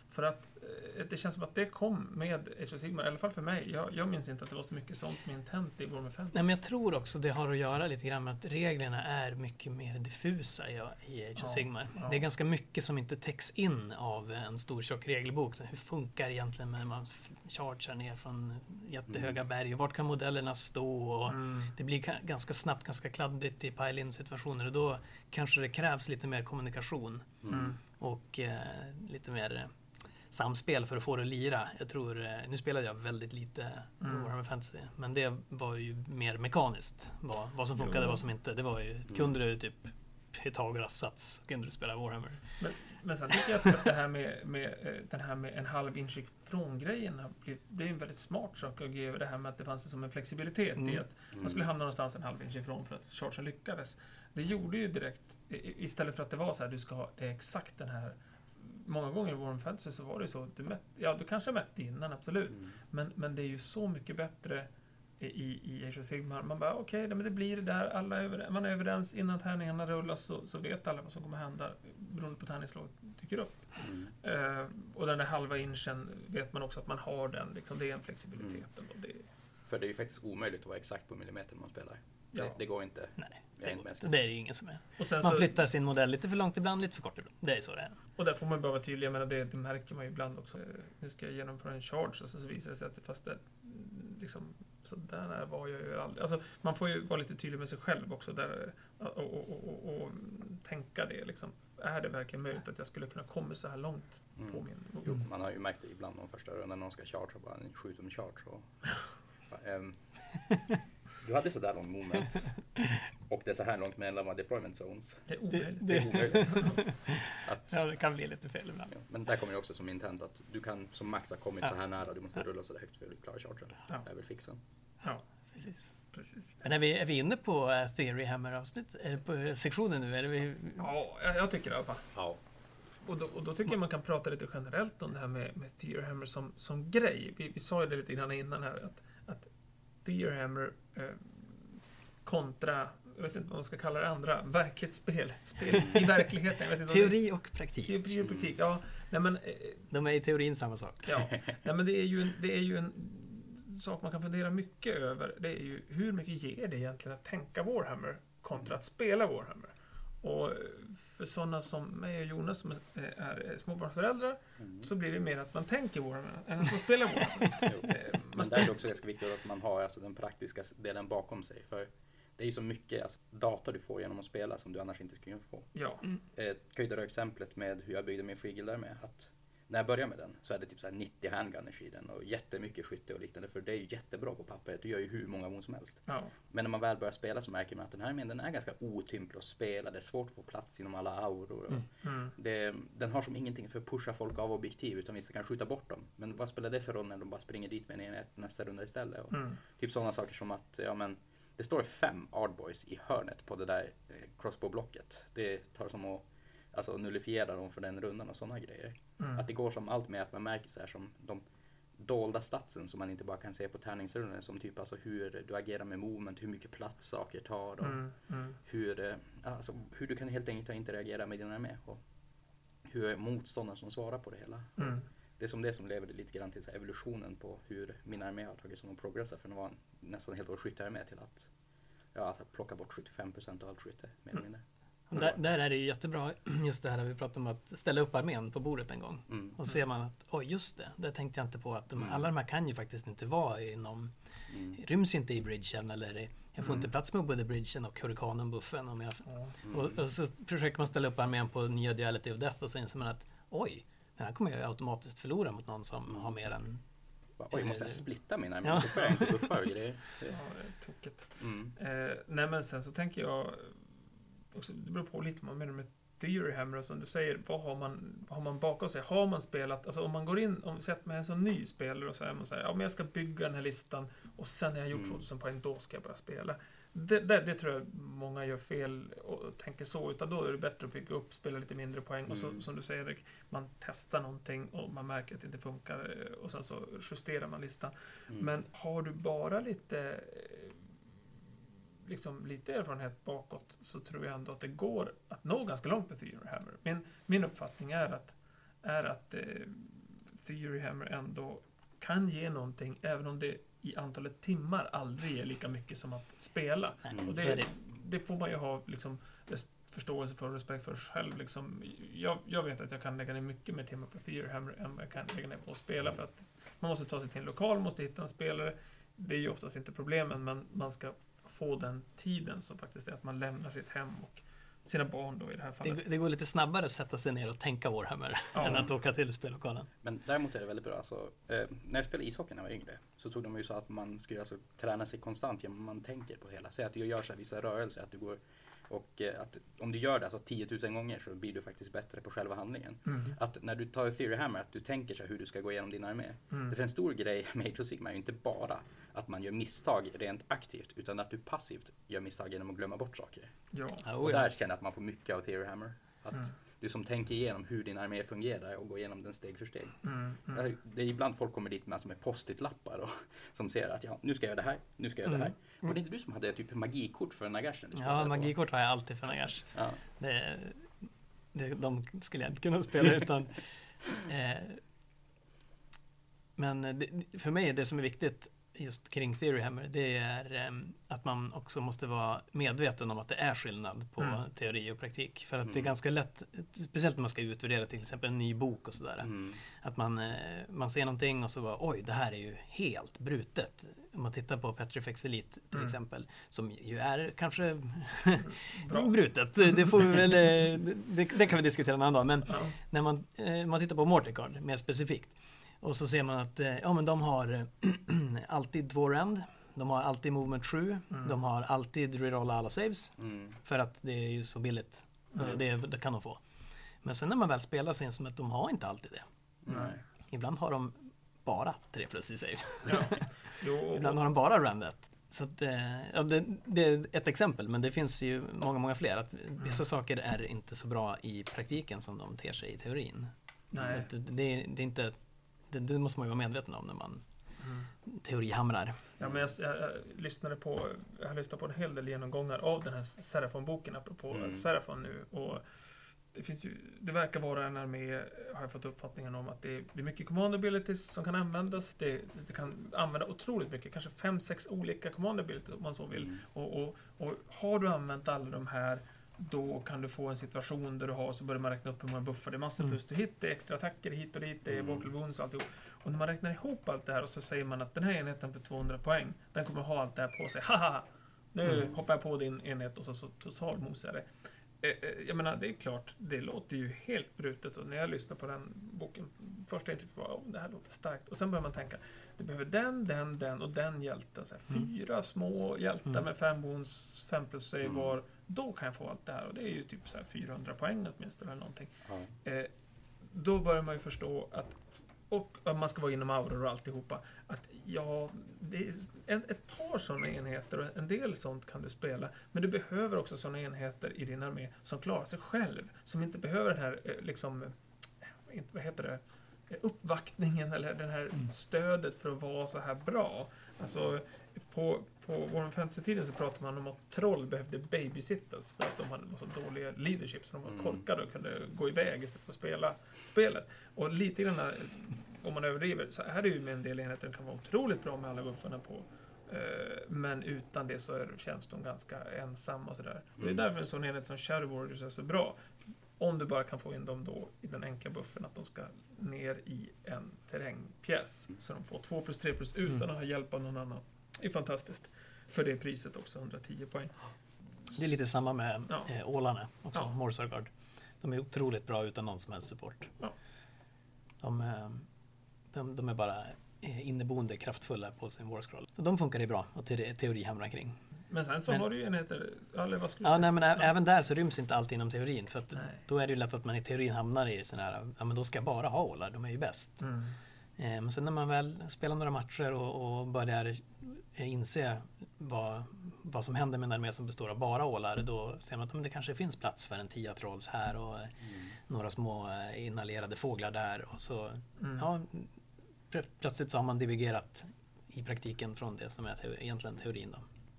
För att det känns som att det kom med Age of Sigmar, i alla fall för mig. Jag minns inte att det var så mycket sånt med intent i Warhammer Fantasy. Nej, men jag tror också det har att göra lite grann med att reglerna är mycket mer diffusa i Age of Sigmar. Ja. Det är ganska mycket som inte täcks in av en stor tjock regelbok. Så hur funkar egentligen när man chargear ner från jättehöga berg och vart kan modellerna stå? Och det blir ganska snabbt, ganska kladdigt i pile-in-situationer och då kanske det krävs lite mer kommunikation och lite mer samspel för att få det att lira. Jag tror, nu spelade jag väldigt lite Warhammer Fantasy, men det var ju mer mekaniskt. Vad som funkade, vad som inte. Det var ju, kunde du typ Pythagoras sats, kunde du spela Warhammer. Men sen tycker jag att det här med den här med en halv inch ifrån grejen det är en väldigt smart sak att ge det här med att det fanns som en flexibilitet i att man skulle hamna någonstans en halv inch ifrån för att chargen lyckades. Det gjorde ju direkt, istället för att det var så här, du ska ha exakt den här. Många gånger i Warhammer Fantasy så var det så, du kanske mätte innan, absolut. Men det är ju så mycket bättre i Age of Sigmar. Man bara, okej, men det blir det där, man är överens innan tärningarna rullas så vet alla vad som kommer hända beroende på tärningslaget dyker upp. Och den där halva inchen vet man också att man har den, liksom, det är en flexibiliteten. För det är ju faktiskt omöjligt att vara exakt på millimeter när man spelar. Ja. Det går inte. Nej, det är ju ingen som är. Och sen man flyttar sin modell lite för långt ibland, lite för kort ibland. Det är så det är. Och där får man bara vara tydlig, men det märker man ju ibland också. Nu ska jag genomföra en charge och så visar det sig att det fast det liksom, så där var jag ju aldrig. Alltså, man får ju vara lite tydlig med sig själv också där, och tänka det liksom. Är det verkligen möjligt att jag skulle kunna komma så här långt på min... Man har ju märkt det ibland de första när någon ska charge och bara skjuter en charge och du hade sådär lång moment och det är så här långt mellan deployment zones. Det är omöjligt. Det är omöjligt. Ja, det kan bli lite fel ibland. Ja, men där kommer det också som intent att du kan som max ha kommit så här nära, du måste rulla så där högt för att klara chargen. Det är väl fixen. Ja, precis. Men är vi inne på Theory Hammer-avsnitt? Är det på sektionen nu? Är det vi... Ja, jag tycker det i alla fall. Ja. Och då tycker jag man kan prata lite generellt om det här med Theory Hammer som grej. Vi sa ju det lite grann innan här att Theory Hammer kontra, jag vet inte vad man ska kalla det andra, verkligt spel i verkligheten. Jag vet inte teori och praktik. Teori och praktik, ja. Nej, men, de är i teorin samma sak. Ja, nej, men det är ju en sak man kan fundera mycket över. Det är ju hur mycket ger det egentligen att tänka Warhammer kontra att spela Warhammer. Och för sådana som mig och Jonas som är småbarnsföräldrar så blir det mer att man tänker Warhammer än att man spelar Warhammer. Men där är det också ganska viktigt att man har alltså den praktiska delen bakom sig. För det är ju så mycket data du får genom att spela som du annars inte skulle få. Ja. Jag kan ju dra exemplet med hur jag byggde min frigil där med att när jag började med den så är det typ så här 90 handgunners i den och jättemycket skytte och liknande, för det är ju jättebra på pappret. Du gör ju hur många mål som helst. Ja. Men när man väl börjar spela så märker man att den här armén, den är ganska otymplig att spela. Det är svårt att få plats inom alla auror. Den har som ingenting för att pusha folk av objektiv, utan vissa kan skjuta bort dem. Men vad spelar det för roll när de bara springer dit med en enhet nästa runda istället? Och typ sådana saker som att det står 5 Ardboys i hörnet på det där crossbow-blocket. Det tar som att nullifiera dem för den rundan och sådana grejer. Att det går som allt med att man märker så här som de dolda statsen som man inte bara kan se på tärningsrundan, som typ alltså hur du agerar med movement, hur mycket plats saker tar och hur du kan helt enkelt inte reagera med din armé och hur motståndare som svarar på det hela. Det är som det som lever lite grann till så här evolutionen på hur min armé har tagit som progressa från att vara nästan helt år skyttearmé till att plocka bort 75% av allt skytte mer eller mindre. Där är det ju jättebra just det här när vi pratar om att ställa upp armén på bordet en gång. Och ser man att, just det tänkte jag inte på att alla de här kan ju faktiskt inte vara inom, ryms inte i bridgen eller jag får inte plats med både bridgen och hurrikanen-buffen. Och så försöker man ställa upp armén på nya duality of death och så inser man att den här kommer jag automatiskt förlora mot någon som har mer än... måste jag splitta min armé? Då får jag inte buffa och grejer. Ja, det är tokigt. Nej, men sen så tänker jag också, det beror på lite vad man menar med Theory Hammer och som du säger, vad har man bakom sig? Har man spelat, alltså om man går in, om vi sätter med en sån ny spelare och så är man säger, men jag ska bygga den här listan och sen när jag har gjort 2000 poäng, då ska jag börja spela. Det tror jag många gör fel och tänker så, utan då är det bättre att bygga upp, spela lite mindre poäng och så, som du säger Erik, man testar någonting och man märker att det inte funkar och sen så justerar man listan. Men har du bara lite erfarenhet bakåt så tror jag ändå att det går att nå ganska långt med Theory Hammer. Min uppfattning är att Theory Hammer ändå kan ge någonting, även om det i antalet timmar aldrig är lika mycket som att spela. Och det får man ju ha liksom förståelse för och respekt för själv. Liksom. Jag vet att jag kan lägga ner mycket mer timmar på Theory Hammer än vad jag kan lägga ner på att spela, för att man måste ta sig till en lokal, måste hitta en spelare. Det är ju oftast inte problemen, men man ska få den tiden som faktiskt är att man lämnar sitt hem och sina barn då i det här fallet. Det går lite snabbare att sätta sig ner och tänka Warhammer än att åka till spellokalen. Men däremot är det väldigt bra. Alltså, när jag spelade ishockey när jag var yngre så tog de ju så att man skulle alltså träna sig konstant genom man tänker på hela. Säg att du gör så här vissa rörelser, att du går och att om du gör det alltså 10 000 gånger så blir du faktiskt bättre på själva handlingen. Att när du tar Theory Hammer, att du tänker så här hur du ska gå igenom din armé. Det är en stor grej med Age of Sigmar är ju inte bara att man gör misstag rent aktivt, utan att du passivt gör misstag genom att glömma bort saker. Ja. Och där känner jag att man får mycket av Theory Hammer. Att du som tänker igenom hur din armé fungerar och går igenom den steg för steg. Det är ibland folk kommer dit med som är post-it-lappar och som ser att nu ska jag göra det här, nu ska jag göra det här. Var det inte du som hade typ magikort för Nagashen? Ja, magikort har jag alltid för Nagash. Ja. De skulle jag inte kunna spela utan. Men för mig det som är viktigt just kring Theory Hammer, det är att man också måste vara medveten om att det är skillnad på teori och praktik. För att det är ganska lätt, speciellt när man ska utvärdera till exempel en ny bok och sådär. Att man ser någonting och så bara, oj, det här är ju helt brutet. Om man tittar på Petrifex Elite till exempel, som ju är kanske brutet. Det får vi väl, det kan vi diskutera en annan dag. Men när man tittar på Morticard mer specifikt, och så ser man att men de har alltid 2 rand, de har alltid movement 7, de har alltid rerolla alla saves, för att det är ju så billigt. Det kan de få. Men sen när man väl spelar så är det som att de har inte alltid det. Nej. Ibland har de bara 3+ i save. Ja. Ibland har de bara randet. Så att, det är ett exempel, men det finns ju många fler. Att vissa saker är inte så bra i praktiken som de ter sig i teorin. Nej. Så att det är inte... Det måste man ju vara medveten om när man teorihamrar. Ja, men jag lyssnade på en hel del genomgångar av den här Seraphon-boken, apropå Seraphon nu, och det verkar vara en armé, har jag fått uppfattningen om, att det är mycket command abilities som kan användas. Det kan använda otroligt mycket, kanske 5-6 olika command abilities om man så vill. Och har du använt alla de här, då kan du få en situation där du har, så börjar man räkna upp hur många buffar, det är massor plus du hit, det är extra attacker hit och dit, det är mortal wounds och alltihop. Och när man räknar ihop allt det här och så säger man att den här enheten för 200 poäng, den kommer ha allt det här på sig. Haha! Nu hoppar jag på din enhet och så totalt mosar det. Jag menar, det är klart, det låter ju helt brutet. Så när jag lyssnar på den boken, första intrycket var, det här låter starkt. Och sen börjar man tänka, det behöver den och den hjälten. Så här, 4 små hjältar med 5 wounds, 5+ save var. Då kan jag få allt det här. Och det är ju typ så här 400 poäng åtminstone eller någonting. Då börjar man ju förstå att, och man ska vara inom auror och alltihopa, att det är ett par sådana enheter och en del sånt kan du spela, men du behöver också sådana enheter i din armé som klarar sig själv, som inte behöver den här uppvaktningen eller den här stödet för att vara så här bra. Alltså på Warhammer Fantasy-tiden så pratade man om att troll behövde babysittas för att de hade så dåliga leadership, så de var korkade och kunde gå iväg istället för att spela spelet. Och lite grann, om man överdriver, så är det ju med en del enheter som kan vara otroligt bra med alla buffarna på. Men utan det så känns de ganska ensamma och sådär. Och det är därför en sån enhet som Shadow Warriors är så bra. Om du bara kan få in dem då i den enkla buffen, att de ska ner i en terrängpjäs. Så de får 2+3+ utan att ha hjälp av någon annan. Det är fantastiskt. För det priset också, 110 poäng. Det är lite samma med ålarna också, Morrsar Guard. De är otroligt bra utan någon som helst support. Ja. De är bara inneboende kraftfulla på sin War Scroll. Så de funkar ju bra och teorihamra kring. Men sen så har du ju enheter, eller vad skulle du säga? Nej, men även där så ryms inte allt inom teorin. För att då är det ju lätt att man i teorin hamnar i sån här, men då ska jag bara ha ålar, de är ju bäst. Men sen när man väl spelar några matcher och börjar inse vad som händer med en armé som består av bara ålar, då ser man att det kanske finns plats för en 10 trolls här och några små inhalerade fåglar där. Och så, plötsligt så har man divergerat i praktiken från det som är egentligen teorin då.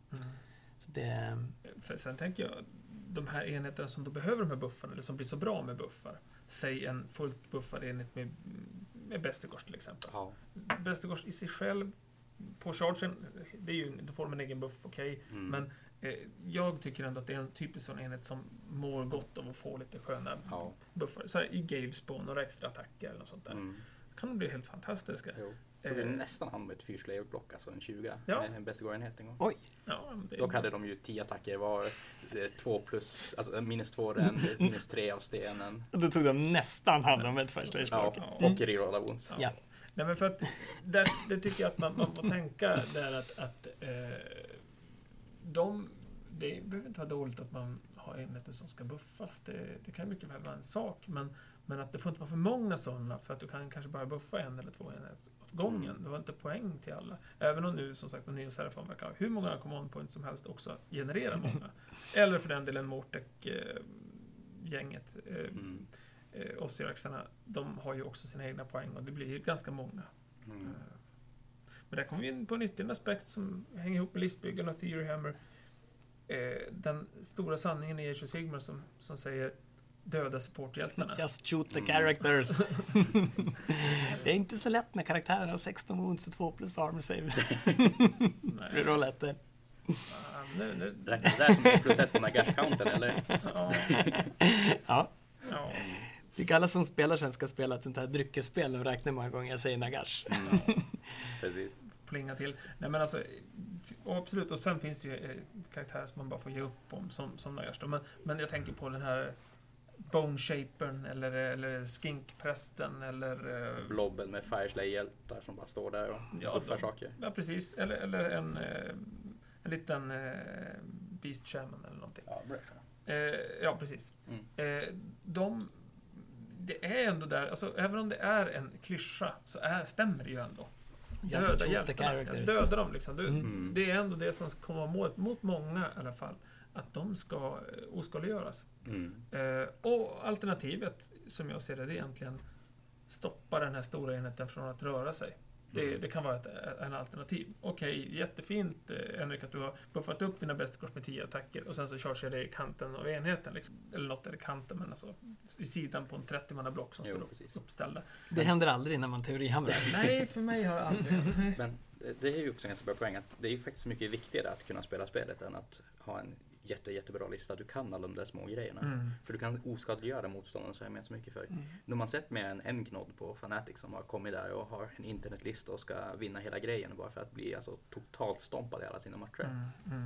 För sen tänker jag, de här enheterna som då behöver de här buffarna, eller som blir så bra med buffar, säg en fullt buffad enhet med med Bestegård till exempel. Ja. Bestegård i sig själv på chargen, det är ju, då får man en egen buff, okej. Men jag tycker ändå att det är en typisk sån enhet som mår gott av att få lite sköna buffar. Så här, i Gavespawn, några extra attacker eller något sånt där. Kan de bli helt fantastiska. Tog vi nästan hand med ett 4-slayer-block, alltså en 20 med en Bestegård-enhet en gång. Oj! Ja, dock hade de ju 10 attacker var 2 plus, alltså -2 den, -3 av stenen. Då tog de nästan hand om ett första block. Och rerolla wounds. Ja. Nej, men för att där tycker jag att man får tänka där att det behöver inte vara dåligt att man har enheter som ska buffas. Det kan mycket väl vara en sak, men att det får inte vara för många sådana, för att du kan kanske bara buffa en eller två enheter åt gången. Du har inte poäng till alla. Även om nu, som sagt, på Nils Serafon verkar ha hur många command points som helst också generera många. Eller för den delen Mortek-gänget. Ossiaraxarna, de har ju också sina egna poäng och det blir ganska många. Men där kommer vi in på en ytterligare aspekt som hänger ihop med listbyggarna och Theory Hammer. Den stora sanningen i Age of Sigmar som säger döda supporthjältarna. Just shoot the characters. Det är inte så lätt när karaktären har 16 wounds och 2 plus armor save. Det är roulette. Räknas det där som ett +1 på Nagash-counten, eller? Ja. Tycker alla som spelar sen ska spela ett sånt här dryckesspel och räkna många gånger jag säger Nagash. Precis. Plinga till. Nej, men alltså, absolut. Och sen finns det ju karaktärer som man bara får ge upp om som Nagash då. Men jag tänker på den här Bone Shapern eller Skinkprästen eller Blobben med Fireslay-hjältar som bara står där och buffar saker. Ja, precis. Eller en liten Beast Shaman eller någonting. Ja, precis. Det är ändå där, alltså, även om det är en klyscha så stämmer det ju ändå. Döda hjältarna, döda dem liksom. Det är ändå det som kommer vara målet mot många i alla fall. Att de ska oskadliggöras. Och alternativet, som jag ser det är egentligen stoppa den här stora enheten från att röra sig. Det kan vara en alternativ. Okej, jättefint Henrik att du har buffat upp dina bästa kors med 10 attacker och sen så chargear det i kanten av enheten. Liksom. Eller något där i kanten, men alltså i sidan på en 30-manna-block som står uppställda. Det händer aldrig när man teorihamrar. Nej, för mig har det aldrig. Men det är ju också en ganska bra poäng att det är ju faktiskt mycket viktigare att kunna spela spelet än att ha en jättebra lista. Du kan alla de där små grejerna. För du kan oskadliggöra motståndaren så är med så mycket för. Nu har man sett med en knodd på Fnatic som har kommit där och har en internetlista och ska vinna hela grejen bara för att bli alltså totalt stompad i alla sina matcher.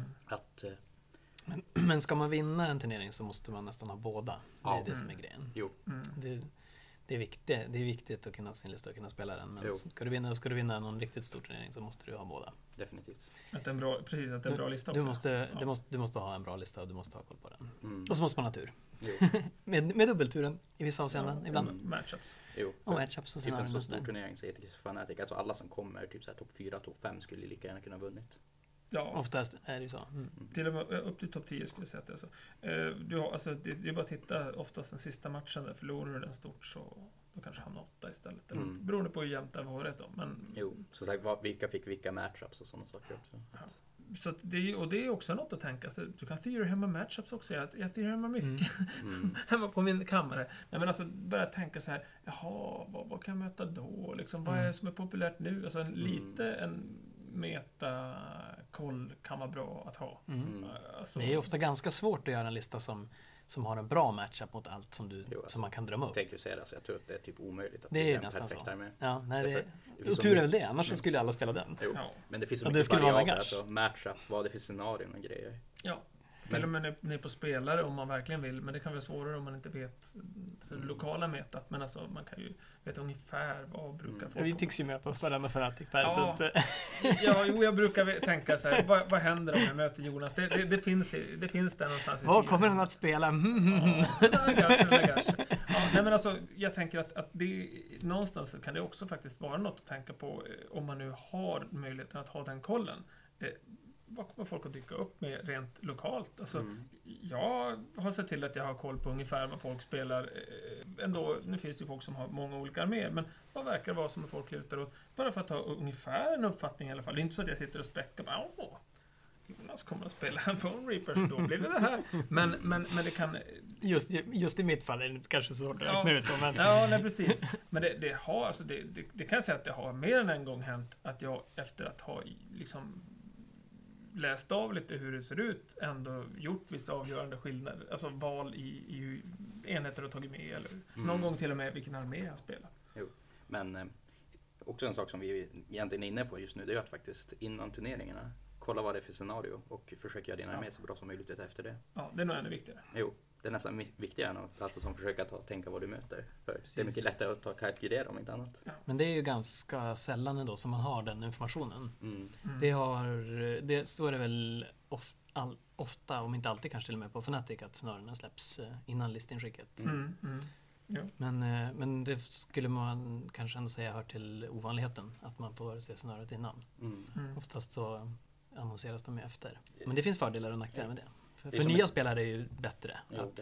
Men ska man vinna en turnering så måste man nästan ha båda. Det är det som är grejen. Jo. Det är viktigt att kunna sin lista och kunna spela den. Men ska du vinna någon riktigt stor turnering så måste du ha båda. Definitivt. Att det är en bra lista också. Du måste ha en bra lista och du måste ha koll på den. Och så måste man ha tur. med dubbelturen i vissa avseenden ibland. Matchups. Och matchups och typ en så stor turnering så heter det Fnatic. Alltså alla som kommer typ så här topp 4, topp 5 skulle lika gärna kunna vunnit. Ja. Oftast är det ju så. Till och med upp till topp 10 skulle jag säga att det är så. Det är bara att titta oftast den sista matchen där förlorar du den stort så då kanske hamnar 8 istället. Beroende på hur jämnt det har varit då. Men, så sagt, vilka fick vilka matchups och sådana saker också. Ja. Så att det är också något att tänka. Så du kan theory hemma matchups också. Jag theory hemma mycket. Hemma på min kammare. Men alltså börja tänka så här. Jaha, vad kan jag möta då? Liksom, vad är det som är populärt nu? Alltså en meta-koll kan vara bra att ha. Alltså, det är ofta ganska svårt att göra en lista som har en bra matchup mot allt som man kan drömma upp. Tänk ju säga det, alltså, jag tror att det är typ omöjligt att det är nästan så. Och tur är väl det, annars skulle alla spela den. Men det finns så mycket variabler, alltså matchup, vad det finns scenarion och grejer. Ja. Till och med när ni är på spelare om man verkligen vill, men det kan vara svårare om man inte vet så lokala metat, men alltså man kan ju veta ungefär vad brukar folk. Vi tycks ju mötas varandra Fnatic per jag brukar tänka så här, vad händer om jag möter Jonas? Det finns där någonstans. Vad kommer han att spela? Nej, men alltså jag tänker att det någonstans så kan det också faktiskt vara något att tänka på om man nu har möjligheten att ha den kollen. Vad kommer folk att dyka upp med rent lokalt? Alltså, jag har sett till att jag har koll på ungefär vad folk spelar. Ändå, nu finns det ju folk som har många olika arméer, men vad verkar det vara som folk lutar åt? Bara för att ha ungefär en uppfattning i alla fall. Det är inte så att jag sitter och späckar Chaos kommer att spela Bone Reapers, då blir det här. Men det kan... Just i mitt fall är det kanske svårt att räkna ut. Men... Ja, nej, precis. Men det har, alltså det kan jag säga att det har mer än en gång hänt att jag efter att ha liksom läst av lite hur det ser ut ändå gjort vissa avgörande skillnader. Alltså val i enheter och tagit med eller någon gång till och med vilken armé jag spelar. Jo, men också en sak som vi egentligen är inne på just nu, det är att faktiskt innan turneringarna kolla vad det är för scenario och försöka göra din armé så bra som möjligt efter det. Ja, det är nog ännu viktigare. Jo, det är nästan viktigare än att alltså, som försöka tänka vad du möter. För det är mycket lättare att kalkylera om inte annat. Ja. Men det är ju ganska sällan ändå som man har den informationen. Så är det väl ofta, om inte alltid kanske till och med på Fnatic, att snörena släpps innan listinskicket. Ja. Men det skulle man kanske ändå säga hör till ovanligheten, att man får se snöret innan. Oftast så annonseras de ju efter. Men det finns fördelar och nackdelar med det. För nya spelare är ju bättre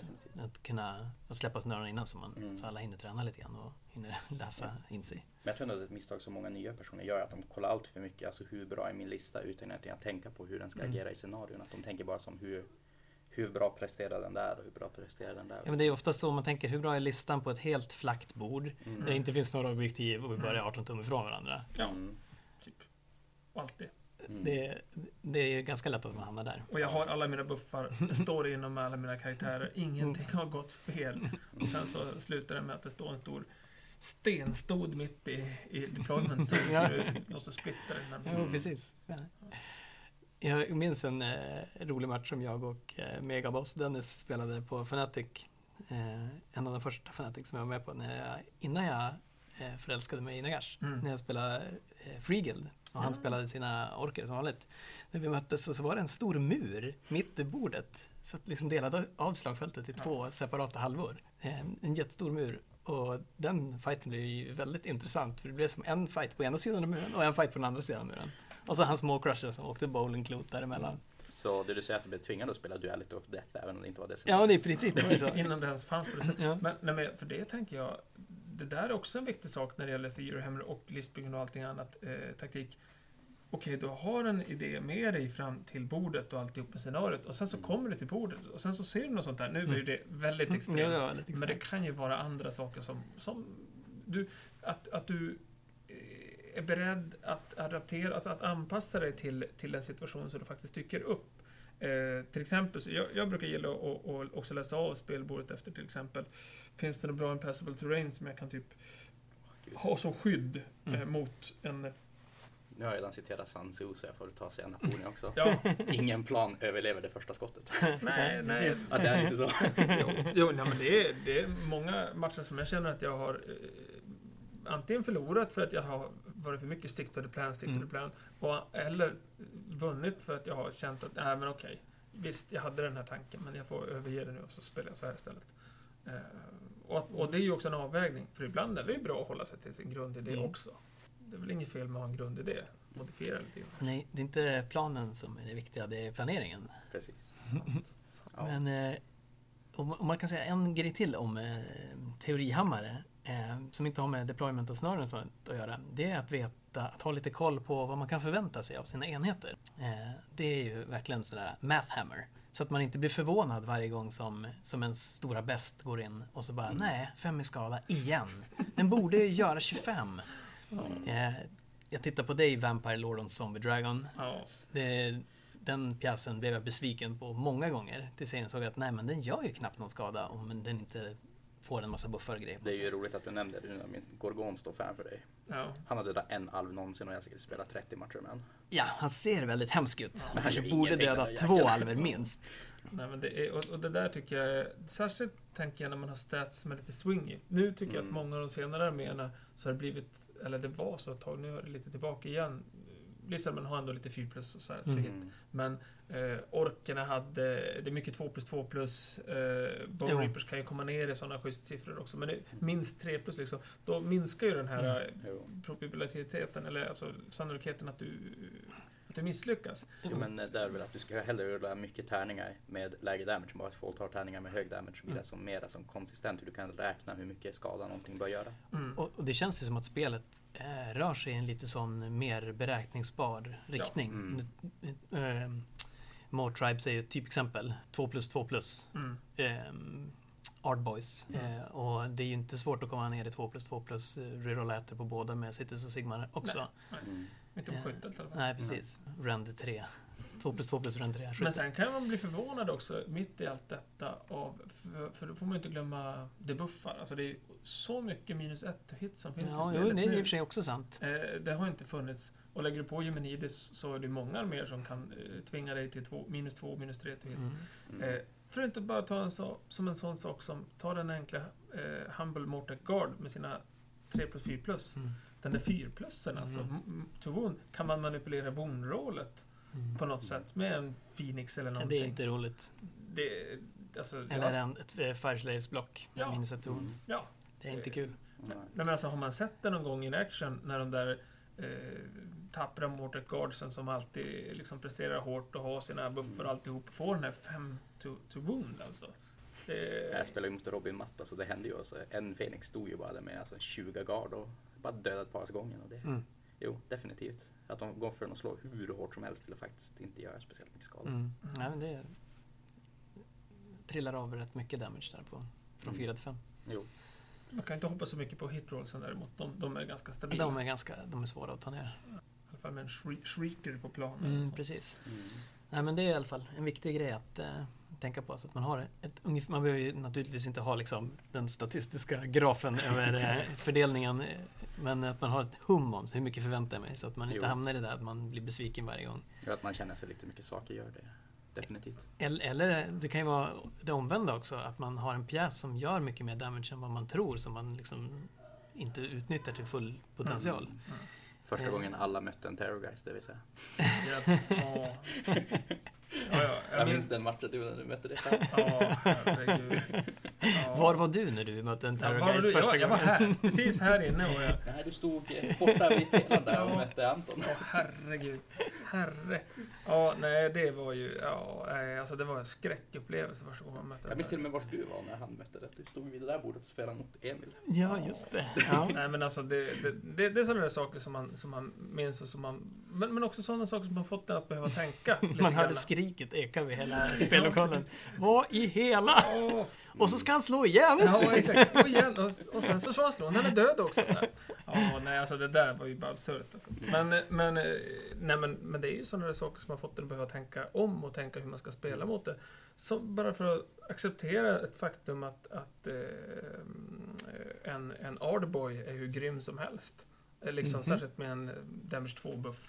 att släppa snören innan så så alla hinner träna lite grann och hinner läsa in sig. Men jag tror att det är ett misstag som många nya personer gör, att de kollar allt för mycket, alltså hur bra är min lista, utan att tänka på hur den ska agera i scenarion. Att de tänker bara som hur bra presterar den där och hur bra presterar den där. Ja, men det är ofta så man tänker, hur bra är listan på ett helt flackt bord där det inte finns några objektiv och vi börjar 18 tum ifrån varandra. Ja, typ. Alltid. Det är ganska lätt att man hamnar där. Och jag har alla mina buffar, står inom alla mina karaktärer. Ingenting har gått fel. Och sen så slutar det med att det står en stor stenstod mitt i deployment så du måste splitta den. Ja, precis. Ja. Jag minns en rolig match som jag och Megaboss Dennis spelade på Fnatic. En av de första Fnatic som jag var med på innan jag förälskade mig i Nagash. När jag spelade Free Guild. Och han spelade sina orker som vanligt. När vi möttes så var det en stor mur mitt i bordet. Så att liksom delade av slagfältet i 2 separata halvor. En jättestor mur. Och den fighten blev ju väldigt intressant. För det blev som en fight på ena sidan av muren och en fight på den andra sidan av muren. Och så hans små crusher som åkte bowlingklot däremellan. Så det du säger att du blev tvingad att spela Duality of Death även om det inte var det? Ja, det är precis det. Så. Innan det ens fanns på det sättet. Ja. Men för det tänker jag, det där är också en viktig sak när det gäller Theorhammer och listbyggen och allting annat taktik. Okej, du har en idé med dig fram till bordet och alltihop med scenariot och sen så kommer du till bordet och sen så ser du något sånt där. Nu är ju det väldigt extremt. Men det kan ju vara andra saker som du, att du är beredd att adaptera, alltså att anpassa dig till en situation så du faktiskt dyker upp. Till exempel, så jag brukar gilla att också läsa av spelbordet efter till exempel. Finns det något bra impassable terrain som jag kan typ ha som skydd mot en... Nu har jag redan citerat Sun Tzu så jag får ta sig en Napoleon också. Ja. Ingen plan överlever det första skottet. Nej. Att det är inte så. Jo, nej, men det är många matcher som jag känner att jag har antingen förlorat för att jag har varit för mycket stick to the plan eller vunnit för att jag har känt att men okej, visst jag hade den här tanken men jag får överge den nu och så spelar jag så här istället. Och det är ju också en avvägning, för ibland är det ju bra att hålla sig till sin grundidé också. Det är väl inget fel med att ha en grundidé. Modifiera lite grann. Nej, det är inte planen som är det viktiga, det är planeringen. Precis. Ja. Men om man kan säga en grej till om teorihammare som inte har med deployment och snören sånt att göra, det är att veta, att ha lite koll på vad man kan förvänta sig av sina enheter. Det är ju verkligen sådär math hammer. Så att man inte blir förvånad varje gång som en stora bäst går in och så bara, nej, 5 i skada igen. Den borde göra 25. Jag tittar på dig, Vampire Lord on Zombie Dragon. Den pjäsen blev jag besviken på många gånger. Tills jag insåg att nej, men den gör ju knappt någon skada om den inte får en massa buffar och grejer. Det är ju roligt att du nämnde det nu när min Gorgon står fan för dig. Ja. Han hade dödat en alv någonsin och jag ska spela 30 matcher med han. Ja, han ser väldigt hemsk ut. Han kanske gör borde döda 2 alver minst. Nej, men det är, och det där tycker jag, särskilt tänker jag när man har stats som är lite swingy. Nu tycker jag att många av de senare arméerna så har det blivit, eller det var så ett tag, nu är det lite tillbaka igen. Lissabon har ändå lite 4+ och så här, men orkerna hade, det är mycket 2+2+, Bone Reapers kan ju komma ner i sådana schysst-siffror också, men minst 3+ liksom, då minskar ju den här probabiliteten, eller alltså sannolikheten att du misslyckas. Jo, men det är väl att du ska hellre rulla mycket tärningar med lägre damage än bara att folk tar tärningar med hög damage så blir det som mera som konsistent, hur du kan räkna hur mycket skada någonting bör göra. Och det känns ju som att spelet rör sig i en lite sån mer beräkningsbar riktning. More Tribes är ju ett typexempel. 2+2+. Ardboys. Och det är ju inte svårt att komma ner i 2+2+. Reroll-äter på båda med Cities och Sigmar också. Inte på skyttet i alla fall. Nej, precis. Rend 3. 2+2+ Rend 3. Men sen kan man bli förvånad också mitt i allt detta för då får man inte glömma debuffar. Alltså det är så mycket -1 hit som finns i spelet det är nu. i och för sig också sant. Det har inte funnits. Och lägger du på Gemenidis så är det många mer som kan tvinga dig till -2, -3 till hit. För att inte bara ta som en sån sak som ta den enkla Humble Mortec Guard med sina 3+4+. Den där 4+, alltså to wound, kan man manipulera wound-rollet på något sätt med en Phoenix eller någonting. Det är inte roligt. Eller ett Fire Slaves block med -1 to wound. Ja. Det är inte kul. Nej, men alltså har man sett det någon gång in action när de där tappra Mortec Guardsen som alltid liksom presterar hårt och har sina buffer och alltihop får den här 5 to wound alltså. Jag spelar ju mot Robin Matta så det hände ju alltså, en Phoenix stod ju bara med alltså 20 guard och bara dödat par gången och det. Jo, definitivt. Att de går för att slå hur hårt som helst till att faktiskt inte göra speciellt mycket skada. Nej, men det trillar av rätt mycket damage där från 4 till 5. Jo. Man kan inte hoppas så mycket på hitrollsen däremot. De är ganska stabila. De är svåra att ta ner. I alla fall med en shrieker på planen. Precis. Nej, men det är i alla fall en viktig grej att tänka på. Så att man har man behöver ju naturligtvis inte ha liksom den statistiska grafen över fördelningen. Men att man har ett hum om så hur mycket förväntar jag mig. Så att man inte hamnar i det där att man blir besviken varje gång. Ja, att man känner sig lite mycket saker gör det. Definitivt. Eller det kan ju vara det omvända också. Att man har en pjäs som gör mycket mer damage än vad man tror. Som man liksom inte utnyttjar till full potential. Första gången alla mötte en Terrorgeist, det vill säga. Jag minns den matchen när du mötte det. Herregud. Var var du när du mötte en Terrorgeist första gången? Jag var här, precis här inne. Nej, du stod borta vid pelaren där och mötte Anton. Herregud. Ja, nej, det var ju... alltså det var en skräckupplevelse första gången jag mötte. Jag minns till och med vart du var när han mötte det. Du stod vid det där bordet och spelade mot Emil. Ja, just det. Nej, men alltså det är sådana där saker som man minns och som man... Men också sådana saker som man fått den att behöva tänka. Man hörde skriket eka vid hela spellokalen. Vad i hela... Och så ska han slå igen. Ja, exakt. Och igen. Och sen så slår han är död också. Nej, alltså det där var ju bara absurt. Alltså. Men det är ju sådana där saker som man fått att behöva tänka om och tänka hur man ska spela mot det. Så bara för att acceptera ett faktum att en Ardboy är hur grym som helst. Liksom särskilt med en damage 2-buff.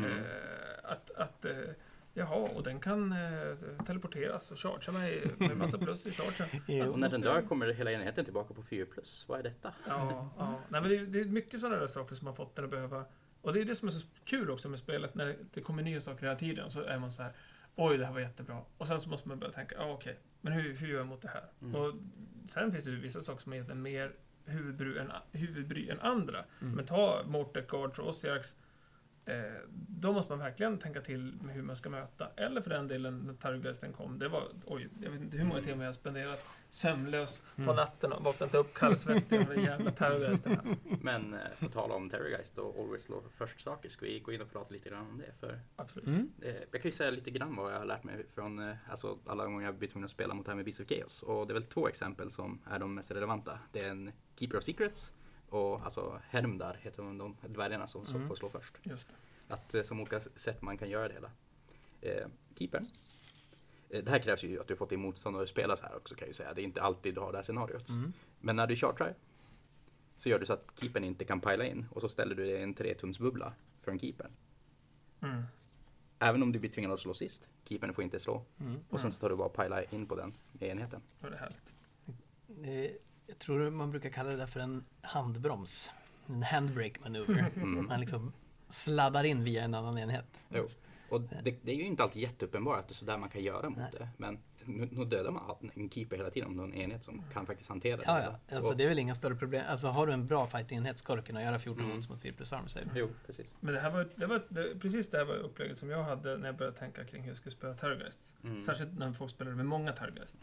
Jaha, och den kan teleporteras och chargea mig med massa plus i chargen. Och när den dör kommer hela enheten tillbaka på 4+. Vad är detta? Ja. Nej, men det är mycket sådana där saker som man fått den att behöva... Och det är det som är så kul också med spelet. När det kommer nya saker hela tiden så är man så här: oj, det här var jättebra. Och sen så måste man börja tänka, okej, men hur gör jag mot det här? Och sen finns det ju vissa saker som är mer huvudbry än andra. Men ta Mortec Guards och Ossiarchs. Då måste man verkligen tänka till med hur man ska möta. Eller för den delen när Terrorgeisten kom. Det var, jag vet inte hur många timmar jag har spenderat sömnlös på natten och vaknat upp kallsvettig av den jävla Terrorgeisten. Alltså. Men på tal om Terrorgeist och Always Slow först saker, ska vi gå in och prata lite grann om det? För absolut. Jag kan ju säga lite grann vad jag har lärt mig från alla gånger jag blivit tvungen att spela mot det här med Beast of Chaos. Och det är väl 2 exempel som är de mest relevanta. Det är en Keeper of Secrets och alltså Hermdar heter de dvärgarna som får slå först. Just det. Att som olika sätt man kan göra det hela. Keepern. Det här krävs ju att du fått din motståndare att spela så här också, kan jag ju säga. Det är inte alltid du har det här scenariot. Men när du chartrar så gör du så att keepern inte kan pila in och så ställer du en 3-tumsbubbla från keepern. Även om du blir tvingad att slå sist. Keepern får inte slå. Och sen så tar du bara pila in på den med enheten. Det är härligt. Jag tror man brukar kalla det där för en handbroms. En handbrake manöver. Man liksom sladdar in via en annan enhet. Jo. Och det är ju inte alltid jätteuppenbart att det är sådär man kan göra mot det. Men nu dödar man en keeper hela tiden om någon enhet som kan faktiskt hantera det. Ja. Alltså, det är väl inga större problem. Alltså har du en bra fight-enhet ska du kunna göra 14 wounds mot 4+ armor save. Jo, precis. Men precis det här var upplägget som jag hade när jag började tänka kring hur jag skulle spela Terrorgeists. Särskilt när folk spelar med många Terrorgeists.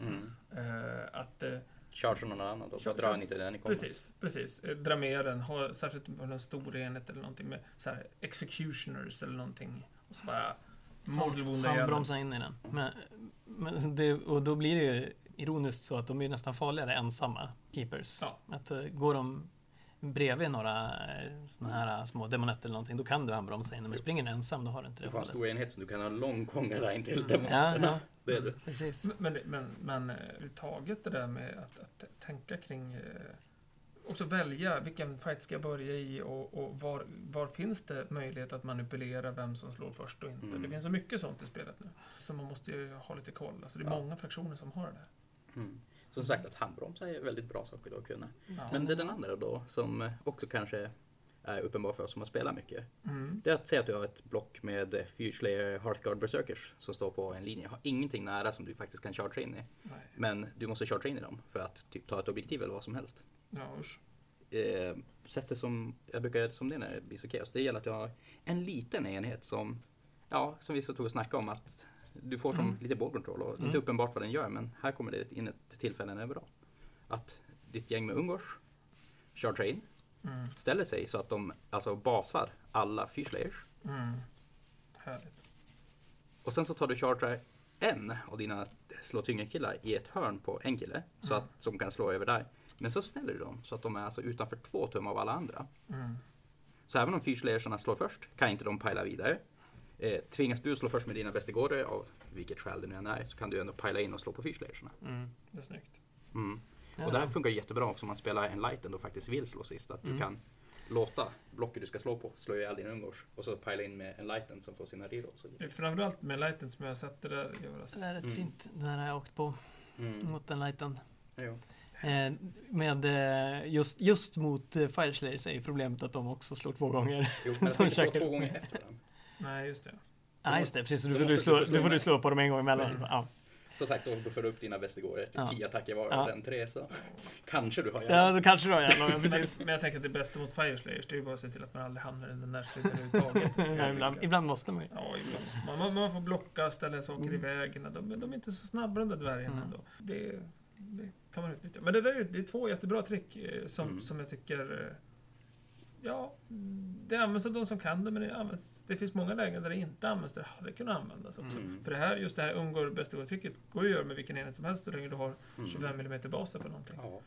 Charge någon annan då, så drar han inte den i kombat. Precis. Dra med den, särskilt med en stor enhet eller någonting med så här executioners eller någonting. Och så bara Mordelbonde bromsar in i den. Men och då blir det ju ironiskt så att de är nästan farligare ensamma keepers. Ja. Att går de bredvid några såna här små demonetter eller någonting, då kan du handbromsa in. Men springer du ensam, då har du inte det. Du får en stor enhet som du kan ha lång gångare in till Ja. Det är du. Precis. Men taget det där med att tänka kring också välja vilken fight ska jag börja i och var finns det möjlighet att manipulera vem som slår först och inte. Det finns så mycket sånt i spelet nu. Så man måste ju ha lite koll. Alltså det är många fraktioner som har det där. Som sagt, att handbromsa är väldigt bra saker då att kunna. Ja. Men det är den andra då som också kanske är uppenbar för oss som har spelat mycket. Det är att säga att du har ett block med Fyrslayer Heartguard Berserkers som står på en linje. Har ingenting nära som du faktiskt kan charge in i. Nej. Men du måste charge in i dem för att typ ta ett objektiv eller vad som helst. Ja, usch. Sättet som jag brukar göra som det när det blir så chaos, det gäller att jag har en liten enhet som vi så tog och snackade om att du får som lite board control och inte uppenbart vad den gör, men här kommer det in ett tillfälle när det är bra. Att ditt gäng med ungors charge in, ställer sig så att de alltså basar alla Fyrslayers. Härligt. Och sen så tar du charge en av dina slå tyngre killar i ett hörn på en kille så att som kan slå över där. Men så ställer du dem så att de är alltså utanför 2 tum av alla andra. Så även om Fyrslayersarna slår först kan inte de pila vidare. Tvingas du slå först med dina bästegårdare av vilket skäl det nu än är, så kan du ändå pila in och slå på Fyrslayersarna. Det är snyggt. Och det här funkar jättebra också om man spelar en lighten och faktiskt vill slå sist. Att du kan låta blocket du ska slå på slå ihjäl dina ungors och så pila in med en lighten som får sina rerolls. Framförallt med lighten som jag har sett det där göras. Det är rätt fint. Den här har jag åkt på mot den lighten. Ja. Med just mot Fireslayers är ju problemet att de också slår 2 gånger. Jo, men jag slår 2 gånger efter den. Nej, just det. Ja, just det. Precis. Så du får slå på dem en gång emellan. Ja. Så sagt, då får du upp dina bästegårdare. 10 attacker var den 3 så kanske du har Ja, då kanske du har jävla. Precis. Men jag tänker att det bästa mot Fireslayers, det är ju bara att se till att man aldrig hamnar i den där striden överhuvudtaget. Ibland måste man ju. Ja, ibland. Man får blocka, ställa saker i vägen. De är inte så snabba de där dvärgarna ändå. Det kan man utnyttja. Men det är 2 jättebra trick som jag tycker det används av de som kan det, men det finns många lägen där det inte används där det hade kunnat användas också. För det här undgår bästegårdtricket går ju att göra med vilken enhet som helst så länge du har 25 mm baser på någonting. Ja.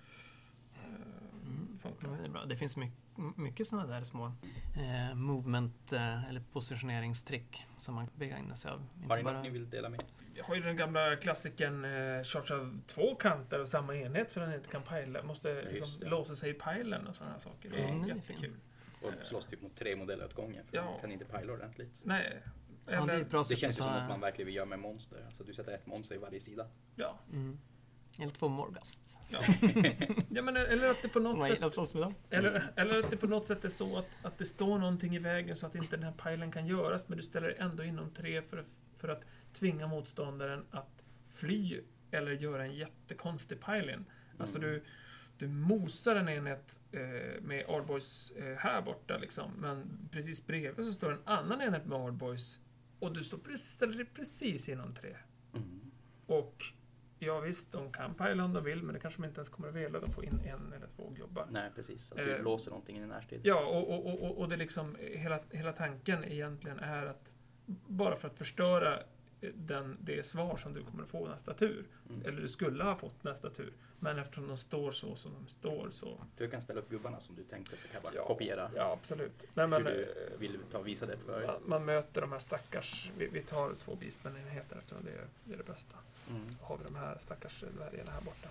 Det är bra. Det finns mycket sådana där små movement eller positioneringstrick som man begagnar sig av. Har ni något ni vill dela med? Jag har ju den gamla klassiken charge av 2 kanter och samma enhet så den inte kan pila. Måste liksom låsa sig i pilen och sådana här saker. Det är jättekul. Och slåss typ mot 3 modeller åt gången för man kan inte pila ordentligt. Nej. Det känns ju som att man verkligen vill göra med monster. Alltså du sätter ett monster i varje sida. Ja. Eller 2 Morghasts. Ja, men eller att det på något sätt med dem. Eller att det på något sätt är så att det står någonting i vägen så att inte den här pilen kan göras, men du ställer ändå inom 3 för att tvinga motståndaren att fly eller göra en jättekonstig pile-in. Alltså du mosar en enhet med Ardboys här borta liksom, men precis bredvid så står en annan enhet med Ardboys och du ställer dig precis inom 3. Och ja visst, de kan pila om de vill, men det kanske de inte ens kommer att vilja. De får in 1 eller 2 gubbar. Nej, precis. Att du låser någonting i närstrid. Ja, och det liksom hela tanken egentligen är att bara för att förstöra det svar som du kommer att få nästa tur. Eller du skulle ha fått nästa tur. Men eftersom de står så som de står så... Du kan ställa upp gubbarna som du tänkte så kan jag bara kopiera. Ja, absolut. Nej, men, hur du vill visa det för. Man möter de här stackars... Vi tar 2 beastman-enheter eftersom det är det bästa. Har vi de här stackars dvärgarna här borta.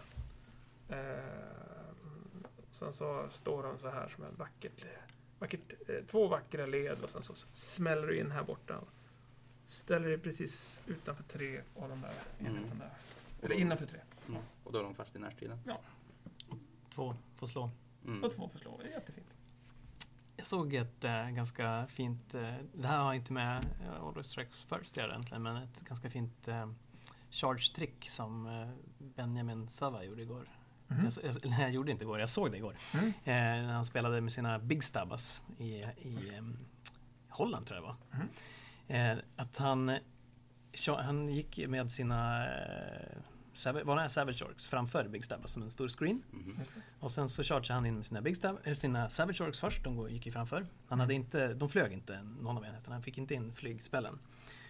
Sen så står de så här som en vackert 2 vackra led och sen så smäller du in här borta. Ställer dig precis utanför 3 av de där enheterna där. Eller innanför 3. Och då är de fast i närstriden. Ja. 2 får slå. Och 2 får slå. Det är jättefint. Jag såg ett ganska fint... det här har inte med Always Strikes First egentligen, men ett ganska fint charge-trick som Benjamin Sava gjorde igår. Jag gjorde inte igår, jag såg det igår. När han spelade med sina Big Stabbas i Holland tror jag det var. Att han gick med sina Savage Orcs framför Big Stabbas som en stor screen. Och sen så chargeade han in med sina Savage Orcs först, de gick ju framför. Han hade inte, de flög inte någon av enheterna, han fick inte in flygspellen.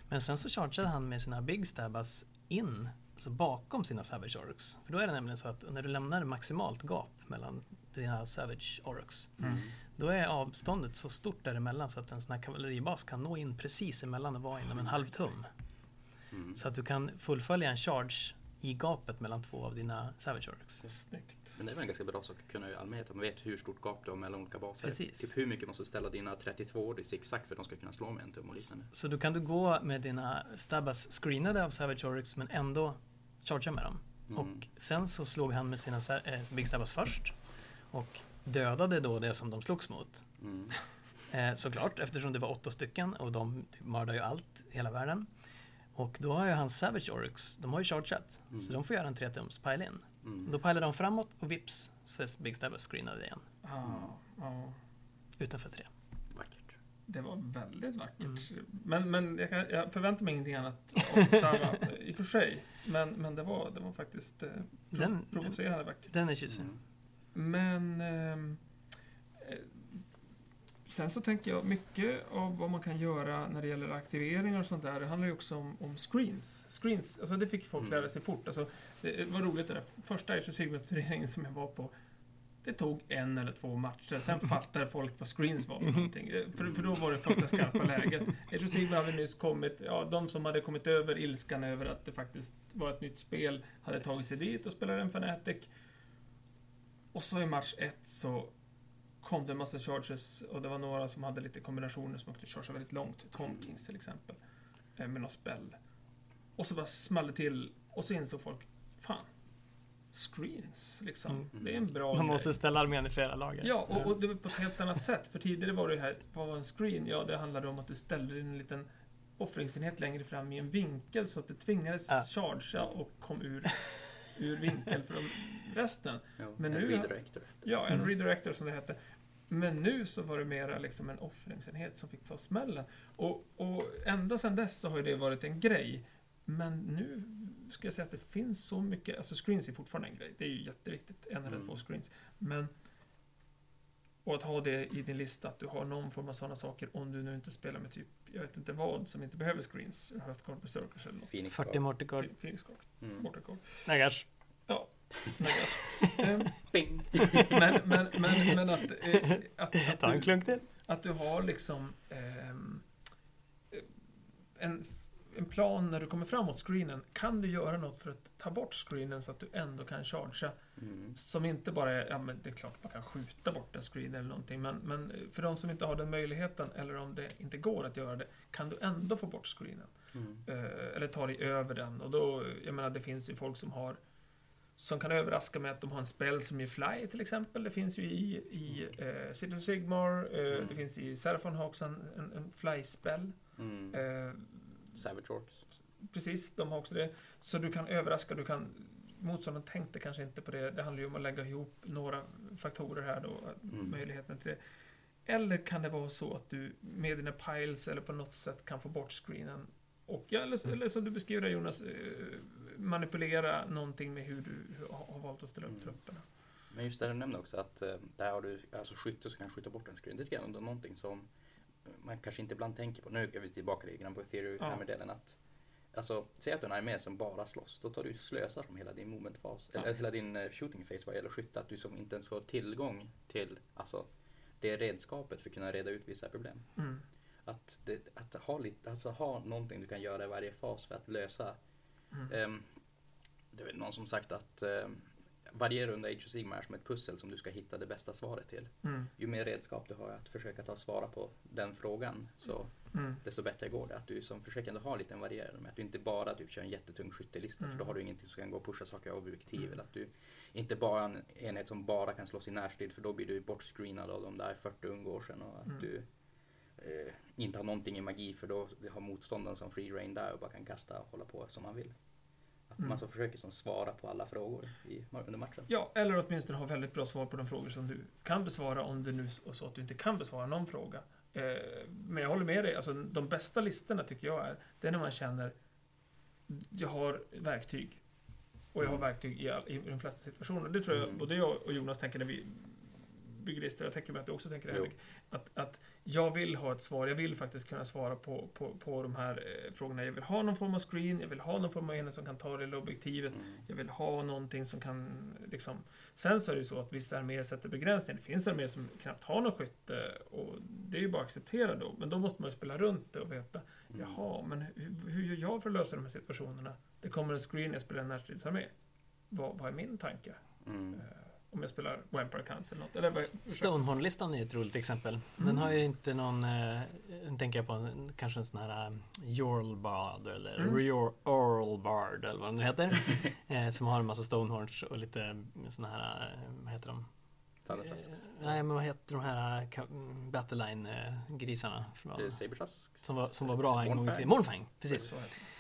Men sen så chargeade han med sina Big Stabbas in, alltså bakom sina Savage Orcs. För då är det nämligen så att när du lämnar maximalt gap mellan dina Savage Orcs, då är avståndet så stort däremellan så att en sån här kavalleribas kan nå in precis emellan och vara inom en halv tum. Så att du kan fullfölja en charge i gapet mellan två av dina Savage Orcs. Snyggt. Men det är väl en ganska bra sak att kunna i allmänhet. Man vet hur stort gap du har mellan olika baser. Precis. Typ hur mycket måste du ställa dina 32 i zigzag för att de ska kunna slå med en tum och liknande. Så då kan du gå med dina stabbas screenade av Savage Orcs men ändå chargea med dem. Och sen så slog han med sina Big Stabbas först och dödade då det som de slogs mot. Såklart, eftersom det var 8 stycken och de mördar ju allt, hela världen. Och då har ju hans Savage Orcs, de har ju chargeat, så de får göra en 3-tums pile-in. Då pilar de framåt och vips så är Big Stabbas screenade igen. Utanför 3. Vackert. Det var väldigt vackert. Men jag förväntar mig ingenting annat av Sava i och för sig. Men det var faktiskt provocerande vackert. Den är tjusig. Men sen så tänker jag mycket av vad man kan göra när det gäller aktiveringar och sånt där. Det handlar ju också om screens. Screens, alltså det fick folk lära sig fort. Alltså, det var roligt det där. Första Age of Sigmar-turneringen som jag var på, det tog 1 eller 2 matcher. Sen fattade folk vad screens var för någonting. För då var det första skarpa läget. Age of Sigmar hade nyss kommit, de som hade kommit över ilskan över att det faktiskt var ett nytt spel hade tagit sig dit och spelade en Fnatic. Och så i match 1 så kom det en massa charges och det var några som hade lite kombinationer som kunde chargea väldigt långt. Tom Kings till exempel. Med någon spell. Och så bara small det till och så insåg folk, fan, screens liksom. Det är en bra Man måste ställa armén i flera lager. Ja, och det var på ett helt annat sätt. För tidigare var det här, vad var en screen? Ja, det handlade om att du ställde en liten offringsenhet längre fram i en vinkel så att du tvingades chargea och kom ur vinkel för resten. Men en nu, redirector. Ja, en redirector som det hette. Men nu så var det mera liksom en offringsenhet som fick ta smällen. Och ända sedan dess så har ju det varit en grej. Men nu ska jag säga att det finns så mycket, alltså screens är fortfarande en grej. Det är ju jätteviktigt, 1 eller 2 screens. Men och att ha det i din lista, att du har någon form av sådana saker om du nu inte spelar med typ, jag vet inte vad, som inte behöver screens. Hearthguard, Berserkers eller något. Phoenix 40 Morticard. Phoenix Guard. Morticard. Nagars. Ja, men att ta en klunk till. Att du har liksom en plan när du kommer fram mot screenen. Kan du göra något för att ta bort screenen så att du ändå kan chargea? Som inte bara är, ja men det är klart man kan skjuta bort en screen eller någonting. Men för de som inte har den möjligheten eller om det inte går att göra det, kan du ändå få bort screenen. Eller ta dig över den. Och då, jag menar det finns ju folk som kan överraska med att de har en spell som är fly till exempel. Det finns ju i City of Sigmar. Det finns i Seraphon har också en fly-spell. Savage Orcs. Precis, de har också det. Så du kan överraska, motståndaren tänkte kanske inte på det. Det handlar ju om att lägga ihop några faktorer här då. Möjligheten till det. Eller kan det vara så att du med dina piles eller på något sätt kan få bort screenen. Och eller som du beskriver Jonas, manipulera någonting med hur du har valt att ställa upp trupperna. Men just det du nämnde också att där har du alltså skytte som kan skjuta bort en screen. Det är ändå någonting som man kanske inte ibland tänker på. Nu är vi tillbaka lite grann på Ethereum-delen att alltså, säg att du är en armé som bara slåss, då tar du slösar som hela din movementfas, eller hela din shooting phase vad gäller skytte, att du som inte ens får tillgång till alltså, det redskapet för att kunna reda ut vissa problem. Att ha någonting du kan göra i varje fas för att lösa. Det är väl någon som sagt att varje runda Age of Sigmar är som ett pussel som du ska hitta det bästa svaret till. Ju mer redskap du har att försöka svara på den frågan så desto bättre går det. Att du som försöker ändå ha lite en varierande med att du inte bara typ kör en jättetung skyttelista för då har du ingenting som kan gå och pusha saker av objektiv eller att du inte bara en enhet som bara kan slåss i närstrid för då blir du bortscreenad av de där 40 ungårsen och att du inte har någonting i magi för då har motståndaren som free reign där och bara kan kasta och hålla på som man vill. Att man så försöker som svara på alla frågor under matchen. Ja, eller åtminstone ha väldigt bra svar på de frågor som du kan besvara om det nu är så att du inte kan besvara någon fråga. Men jag håller med dig, alltså de bästa listorna tycker jag det är när man känner jag har verktyg och jag har verktyg i de flesta situationer. Det tror jag både jag och Jonas tänker när bygger listor, jag tänker mig att du också tänker det här, att jag vill ha ett svar, jag vill faktiskt kunna svara på de här frågorna. Jag vill ha någon form av screen, jag vill ha någon form av enhet som kan ta det lilla objektivet, jag vill ha någonting som kan liksom... Sen så är det så att vissa arméer sätter begränsningar, det finns arméer som knappt har någon skytte, och det är ju bara att acceptera då, men då måste man ju spela runt det och veta, jaha, men hur gör jag för att lösa de här situationerna? Det kommer en screen, jag spelar en närstridsarmé. Vad är min tanke? Om jag spelar Vampire Council eller något. Stonehorn-listan är ett roligt exempel. Den har ju inte någon, tänker jag på, kanske en sån här Jorlbard eller Earlbard eller vad den heter. Som har en massa Stonehorns och lite såna här, vad heter de? Nej, men vad heter de här Battleline-grisarna? Sabertusk. Som var bra en gång till. Mornfang, precis.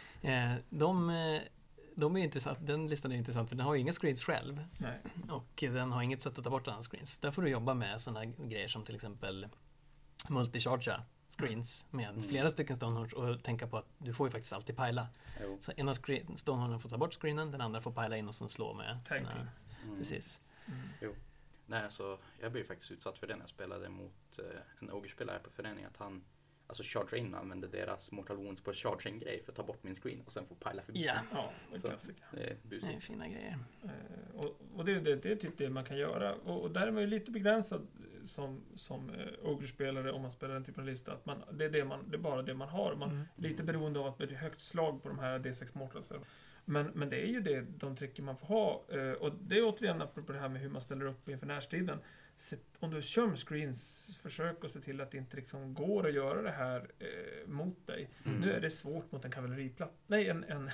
De är intressant. Den listan är intressant för den har ju inga screens själv. Nej. Och den har inget sätt att ta bort alla screens. Där får du jobba med sådana grejer som till exempel multi-charge screens med flera stycken Stonehorns och tänka på att du får ju faktiskt alltid pila. Så ena Stonehornen får ta bort screenen, den andra får pila in och sen slå med sina... Precis. Jo. Nej, så jag blev faktiskt utsatt för det när jag spelade mot en ogre-spelare på föreningen, att han Charge In använde deras Mortal Wounds på Charge-In-grej för att ta bort min screen och sen få pila förbi. Ja, en klassiker. Det är busigt. Det är fina grejer. Och det är typ det man kan göra. Och där är man ju lite begränsad som ogre-spelare om man spelar den typen av lista. Att det är bara det man har. Man lite beroende av att det blir högt slag på de här D6 Mortals. Men det är ju de tricker man får ha. Och det är återigen apropå det här med hur man ställer upp inför närstriden. Om du kör med screens, försök att se till att det inte liksom går att göra det här mot dig. Nu är det svårt mot en kavalleriplatta. Nej, en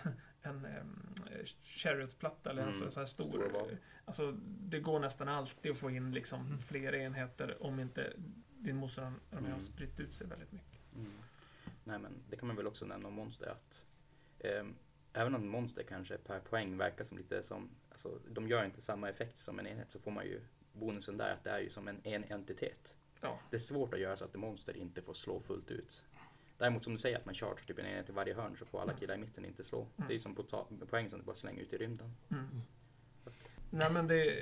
chariotplatta eller en sån här stor. Alltså, det går nästan alltid att få in liksom fler enheter om inte din motståndare har spritt ut sig väldigt mycket. Nej, men det kan man väl också nämna om monster, att även om monster kanske per poäng verkar som lite som, alltså, de gör inte samma effekt som en enhet, så får man ju bonusen där att det är ju som en entitet. Ja. Det är svårt att göra så att monster inte får slå fullt ut. Däremot som du säger att man charger typ en enhet i varje hörn, så får alla killar i mitten inte slå. Det är ju som poäng som du bara slänger ut i rymden. Nej, men det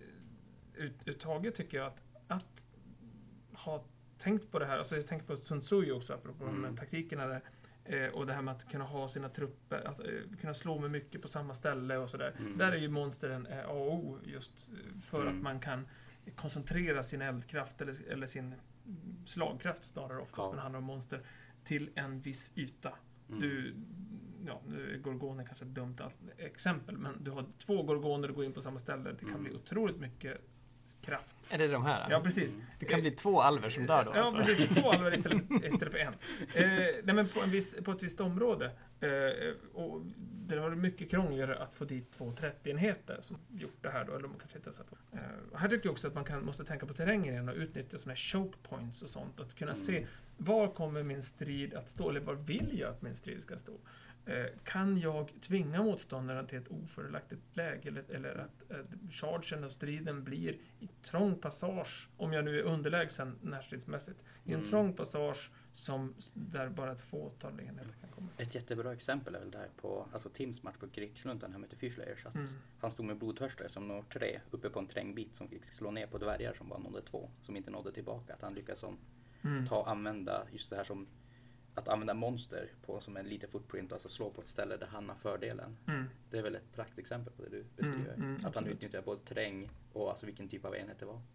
uttaget tycker jag att ha tänkt på det här, alltså jag tänker på Sun Tzu också apropå de taktikerna där. Och det här med att kunna ha sina trupper, alltså, kunna slå med mycket på samma ställe och sådär. Där är ju monstren A och O just för att man kan koncentrera sin eldkraft eller sin slagkraft snarare oftast när det handlar om monster till en viss yta. Nu är gorgoner kanske ett dumt exempel, men du har 2 gorgoner och går in på samma ställe. Det kan bli otroligt mycket kraft. Är det de här? Ja, precis. Det kan bli 2 alver som dör då. Ja, alltså. Precis. 2 alver istället för en. Nej, men på ett visst område. Och det har varit mycket krångligare att få dit 2 30-enheter som gjort det här då. Eller man kanske inte har sett. Här tycker jag också att man måste tänka på terrängen igen och utnyttja sådana här choke points och sånt. Att kunna se var kommer min strid att stå, eller var vill jag att min strid ska stå. Kan jag tvinga motståndaren till ett ofördelaktigt läge eller att chargen och striden blir i trång passage, om jag nu är underlägsen närstridsmässigt, i en trång passage där bara ett fåtal enheter kan komma. Ett jättebra exempel är väl där på Tims match på Grikslundan här med Fyrslöjers, att han stod med blodtörstare som når 3 uppe på en trängbit som fick slå ner på dvärgar som bara nådde 2, som inte nådde tillbaka, att han lyckas använda just det här som att använda monster på som en liten footprint, alltså slå på ett ställe där han har fördelen. Det är väl ett praktexempel på det du beskriver. Att han utnyttjar både terräng och alltså vilken typ av enhet det var.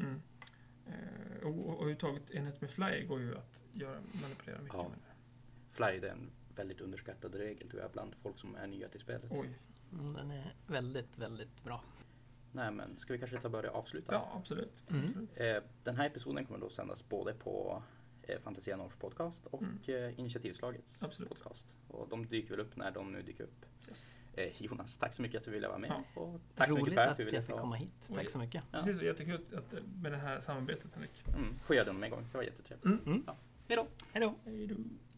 Och överhuvudtaget enhet med fly går ju att manipulera mycket med det. Fly är en väldigt underskattad regel tror jag bland folk som är nya till spelet. Den är väldigt, väldigt bra. Nej, men ska vi kanske börja avsluta? Ja, absolut. Den här episoden kommer då sändas både på Fantasia Norrs podcast och Initiativslagets podcast. Och de dyker väl upp när de nu dyker upp. Yes. Jonas, tack så mycket att du ville vara med. Och tack så mycket Per att jag fick komma hit. Tack så mycket. Precis, och jättekul med det här samarbetet, Henrik. Får göra det någon gång. Det var jättetrevligt. Hej då! Hej då!